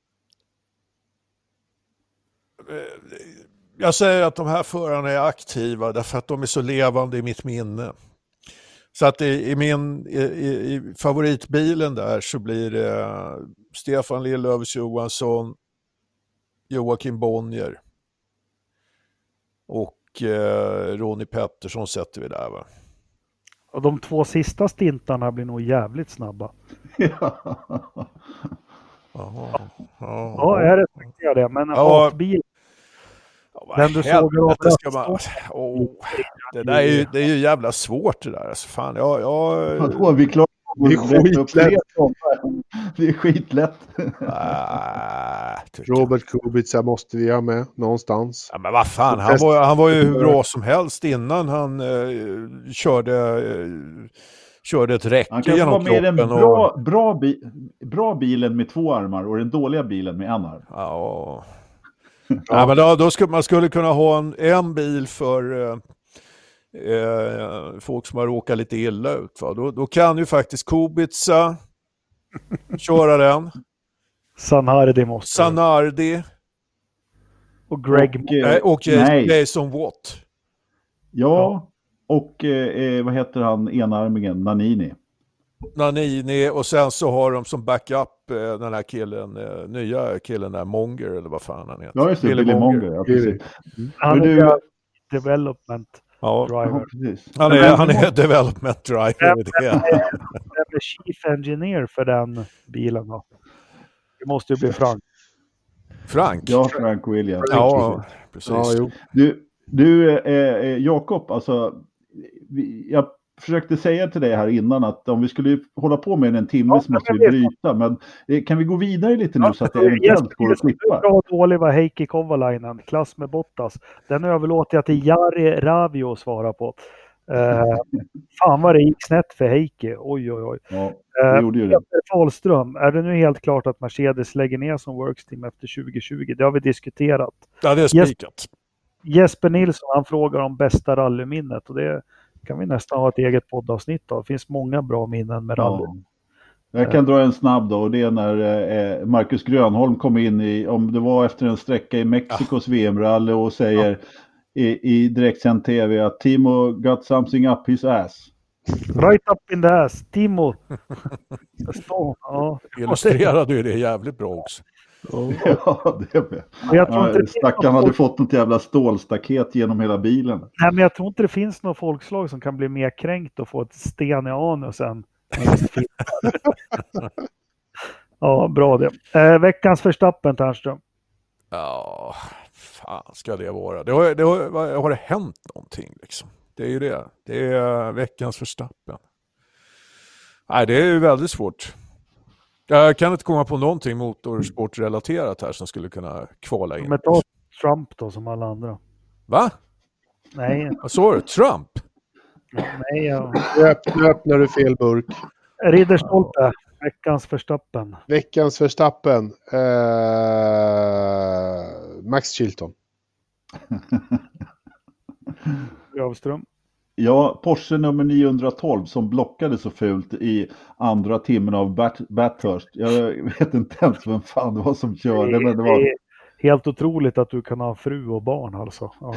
jag säger att de här förarna är aktiva därför att de är så levande i mitt minne. Så att i, i min i, i favoritbilen där så blir det Stefan Lillövers Johansson, Joakim Bonnier och eh, Ronnie Pettersson sätter vi där va. Och de två sista stintarna blir nog jävligt snabba. Ja. Aha, ja, ja, jag respekterar det. Men en ja. hatbil. Ja, den du såg det, ska man... oh, det där är ju, det är ju jävla svårt det där. Alltså, fan, jag... jag... Vadå, vi klarar det är skitlätt. Det är skitlätt. Ah, Robert Kubica måste vi ha med någonstans. Ja, men vad fan, han var, han var ju hur bra som helst innan han eh, körde... Eh, körde ett räcke han kan genom vara med den bra, och... bra, bi, bra bilen med två armar och den dåliga bilen med en arm. Ja, ja. ja men då, då skulle man skulle kunna ha en, en bil för eh, eh, folk som har råkat lite illa ut. Va? Då, då kan ju faktiskt Kubica köra den. Sanardi måste. Sanardi. Och Greg. Och, eh, och nej. Jason Watt. Ja, ja. Och eh, vad heter han enarmingen? Nannini. Nannini och sen så har de som backup eh, den här killen, eh, nya killen där, Monger eller vad fan han heter. Ja, just det, Billy, Billy Monger. Monger. Ja, precis. Mm. Han är du... development ja. driver. Ja, han är, han är development driver. Vem är chief engineer för den bilen då? Det måste ju bli Frank. Frank? Ja, Frank Williams. Ja, precis. Ja, jo. Du, Du, eh, Jakob, alltså, vi, jag försökte säga till dig här innan att om vi skulle hålla på med en timme Ja, så måste men vi det- bryta. Men eh, kan vi gå vidare lite nu Ja, så att det Jesper, eventuellt går att Jesper, klippa? Bra och dålig var Heikki Kovalainen, klass med Bottas. Den överlåter jag till Jari Ravio att svara på. Eh, fan vad det gick snett för Heikki. Oj, oj, oj. Ja, Eh, det gjorde ju det. Peter Fahlström, är det nu helt klart att Mercedes lägger ner som worksteam efter tjugo tjugo? Det har vi diskuterat. Ja, det är spikat. Jesper Nilsson, han frågar om bästa rallyminnet och det kan vi nästan ha ett eget poddavsnitt av. Det finns många bra minnen med rally. Ja. Jag kan dra en snabb då, och det är när eh, Marcus Grönholm kom in i, om det var efter en sträcka i Mexikos V M-rally och säger i, i direktsänd tv att Timo got something up his ass. Right up in the ass, Timo. Stå, ja. Illustrerade ju det jävligt bra också. Ja, det med. Jag tror inte Ja, det stackaren finns hade något, fått något jävla stålstaket genom hela bilen. nej, men jag tror inte det finns något folkslag som kan bli mer kränkt och få ett sten i anusen. Ja, bra det. Eh, veckans Verstappen, Ternström. Ja, fan ska det vara? Det har, det har, har det hänt någonting liksom? Det är ju det. Det är veckans Verstappen. Nej, det är ju väldigt svårt. Jag kan inte komma på någonting motorsportrelaterat här som skulle kunna kvala in. Men ta Trump då som alla andra. Va? Nej, Vad sa du? Trump? nej. Ja. Nu öppnar, öppnar du fel burk. Ridderstolpe, veckans Verstappen. Veckans Verstappen. Eh, Max Chilton. Gravström. Ja, Porsche nummer niohundratolv som blockade så fult i andra timmen av Bat- Bathurst. Jag vet inte ens vem fan det var som körde, men det var... Det är helt otroligt att du kan ha fru och barn alltså. Ja.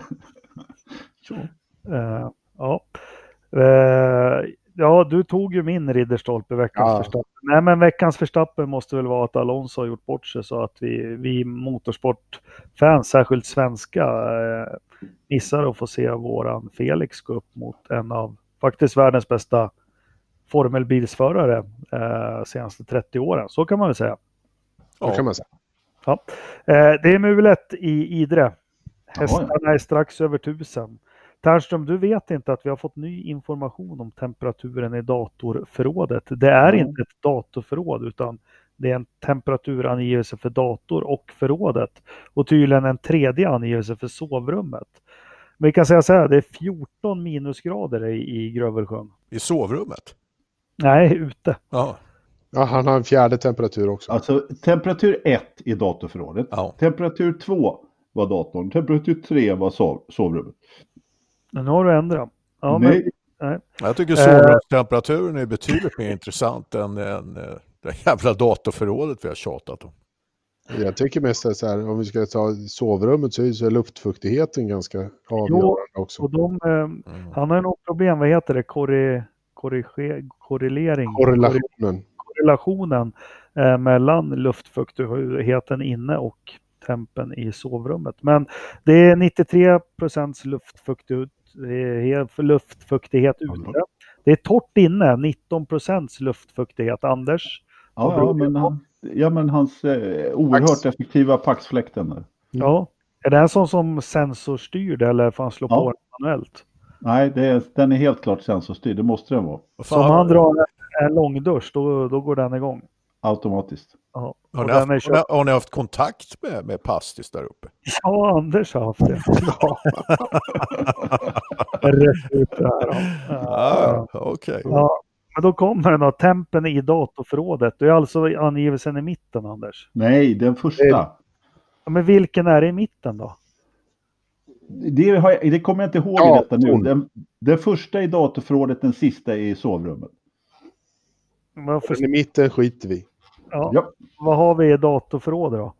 uh, ja. Uh, ja, du tog ju min Ridderstolpe, veckans Ja. Verstappen. Nej, men veckans Verstappen måste väl vara att Alonso har gjort bort sig så att vi, vi motorsportfans, särskilt svenska, uh, missar att få se våran Felix gå upp mot en av faktiskt världens bästa formelbilsförare uh, senaste trettio åren. Så kan man väl säga. Det kan man säga. Ja. Eh, det är mulet i Idre. Hästarna är strax över tusen. Ternström, du vet inte att vi har fått ny information om temperaturen i datorförrådet. Det är Mm. inte ett datorförråd utan det är en temperaturangivelse för dator och förrådet. Och tydligen en tredje angivelse för sovrummet. Men vi kan säga så här, det är fjorton minusgrader i, i Grövelsjön. I sovrummet? Nej, ute. Ja. Ja, han har en fjärde temperatur också. Alltså temperatur ett i datorförrådet. Ja. Temperatur två var datorn. Temperatur tre var sov- sovrummet. Men nu har du ändrat. Ja, Nej. Men, nej. Jag tycker sovrumstemperaturen är betydligt mer intressant än, än äh, det jävla datorförrådet vi har tjatat om. Jag tycker mest att så här, om vi ska ta sovrummet så är, så är luftfuktigheten ganska avgörande också. Och de, eh, Mm. han har nog problem, vad heter det, Korri, korrige, korrelering, Korrelationen. korrelationen eh, mellan luftfuktigheten inne och tempen i sovrummet. Men det är nittiotre procent luftfuktighet, luftfuktighet ute. Det är torrt inne, nitton procent luftfuktighet. Anders? Ja, ja, men, han, ja, men hans eh, oerhört Pax. effektiva paxfläkten där. Ja. Är det en sån som sensorstyrd eller får han slå Ja. på den manuellt? Nej, det är, den är helt klart sensorstyrd. Det måste den vara. Vad Så om fan, han drar en långdusch, då, då går den igång. Automatiskt. Ja. har, Och ni den haft, är har, köpt- ni, har ni haft kontakt med, med Pastis där uppe? Ja, Anders har haft det. Rätt ut det här. Ja. Ja, okej. Ja, men då kommer den då, tempen i datorförrådet. Det är alltså angivelsen i mitten, Anders. Nej, den första. Ja, men vilken är det i mitten då? Det, har jag, det kommer jag inte ihåg Ja, i detta nu. ton. Den, den första i datorförrådet, den sista i sovrummet. Varför, Men i mitten skiter vi. ja, Ja, vad har vi i datorförrådet då?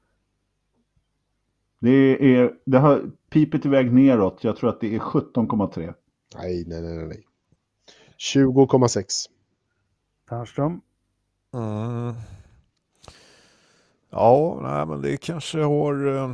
det är, det har pipit iväg neråt. Jag tror att det är sjutton komma tre. Nej, nej, nej, nej. tjugo komma sex. Ternström? Mm. Ja, nej, men det kanske har... Eh,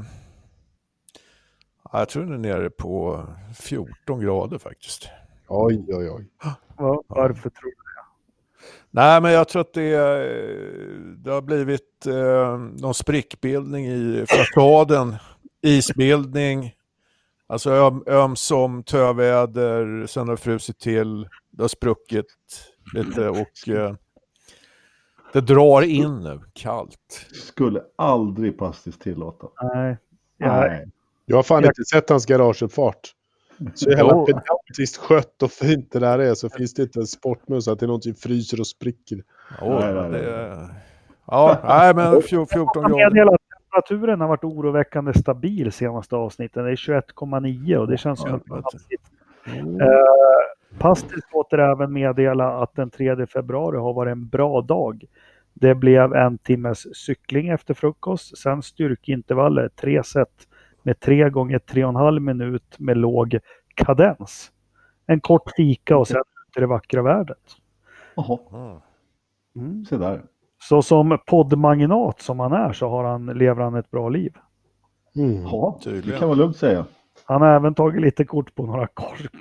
jag tror den är nere på fjorton grader faktiskt. Oj, oj, oj. Ja, varför tror du? Nej, men jag tror att det, det har blivit eh, någon sprickbildning i fasaden, isbildning Alltså öm, öm som töväder, sen har det frusit till, det har spruckit lite och eh, det drar in nu, kallt. Skulle aldrig pastis tillåta. Nej. Nej. Jag har fan Jag- inte sett hans garageuppfart. Så jävla Jo. pedantiskt skött och fint det där är, så finns det inte en sportmus att det är något som fryser och spricker. Åh, Nej, nej, nej. det, ja, nej men fjorton Jag grader. meddelar att temperaturen har varit oroväckande stabil senaste avsnitten. Det är tjugoett komma nio och det känns som Ja, ett vet du. passigt. Eh, Pastis låter även meddela att den tredje februari har varit en bra dag. Det blev en timmes cykling efter frukost, sen styrkeintervaller, tre set med tre gånger tre och en halv minut med låg kadens. En kort fika och sen ut i det vackra vädret. Jaha, Mm. Mm. se där. Så som poddmagnat som han är så har han, lever han ett bra liv. Mm. Ja, det Tydligen. kan man lugnt säga. Han har även tagit lite kort på några kork.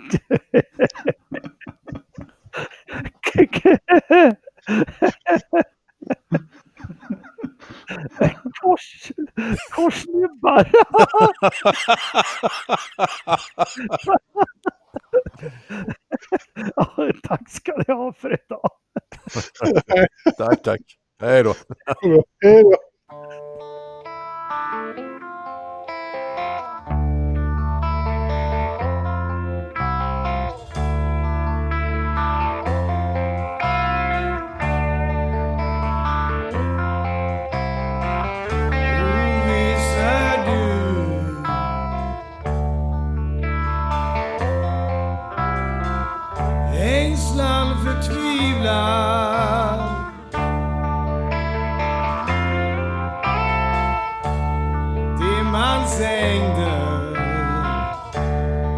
Kors, korsnubbar. Ja, tack ska ni ha för idag. Tack, tack. Hej då. Hej då. Ängslan, förtvivlan, dimmans ängder,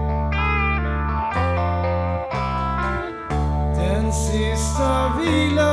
den sista vilan.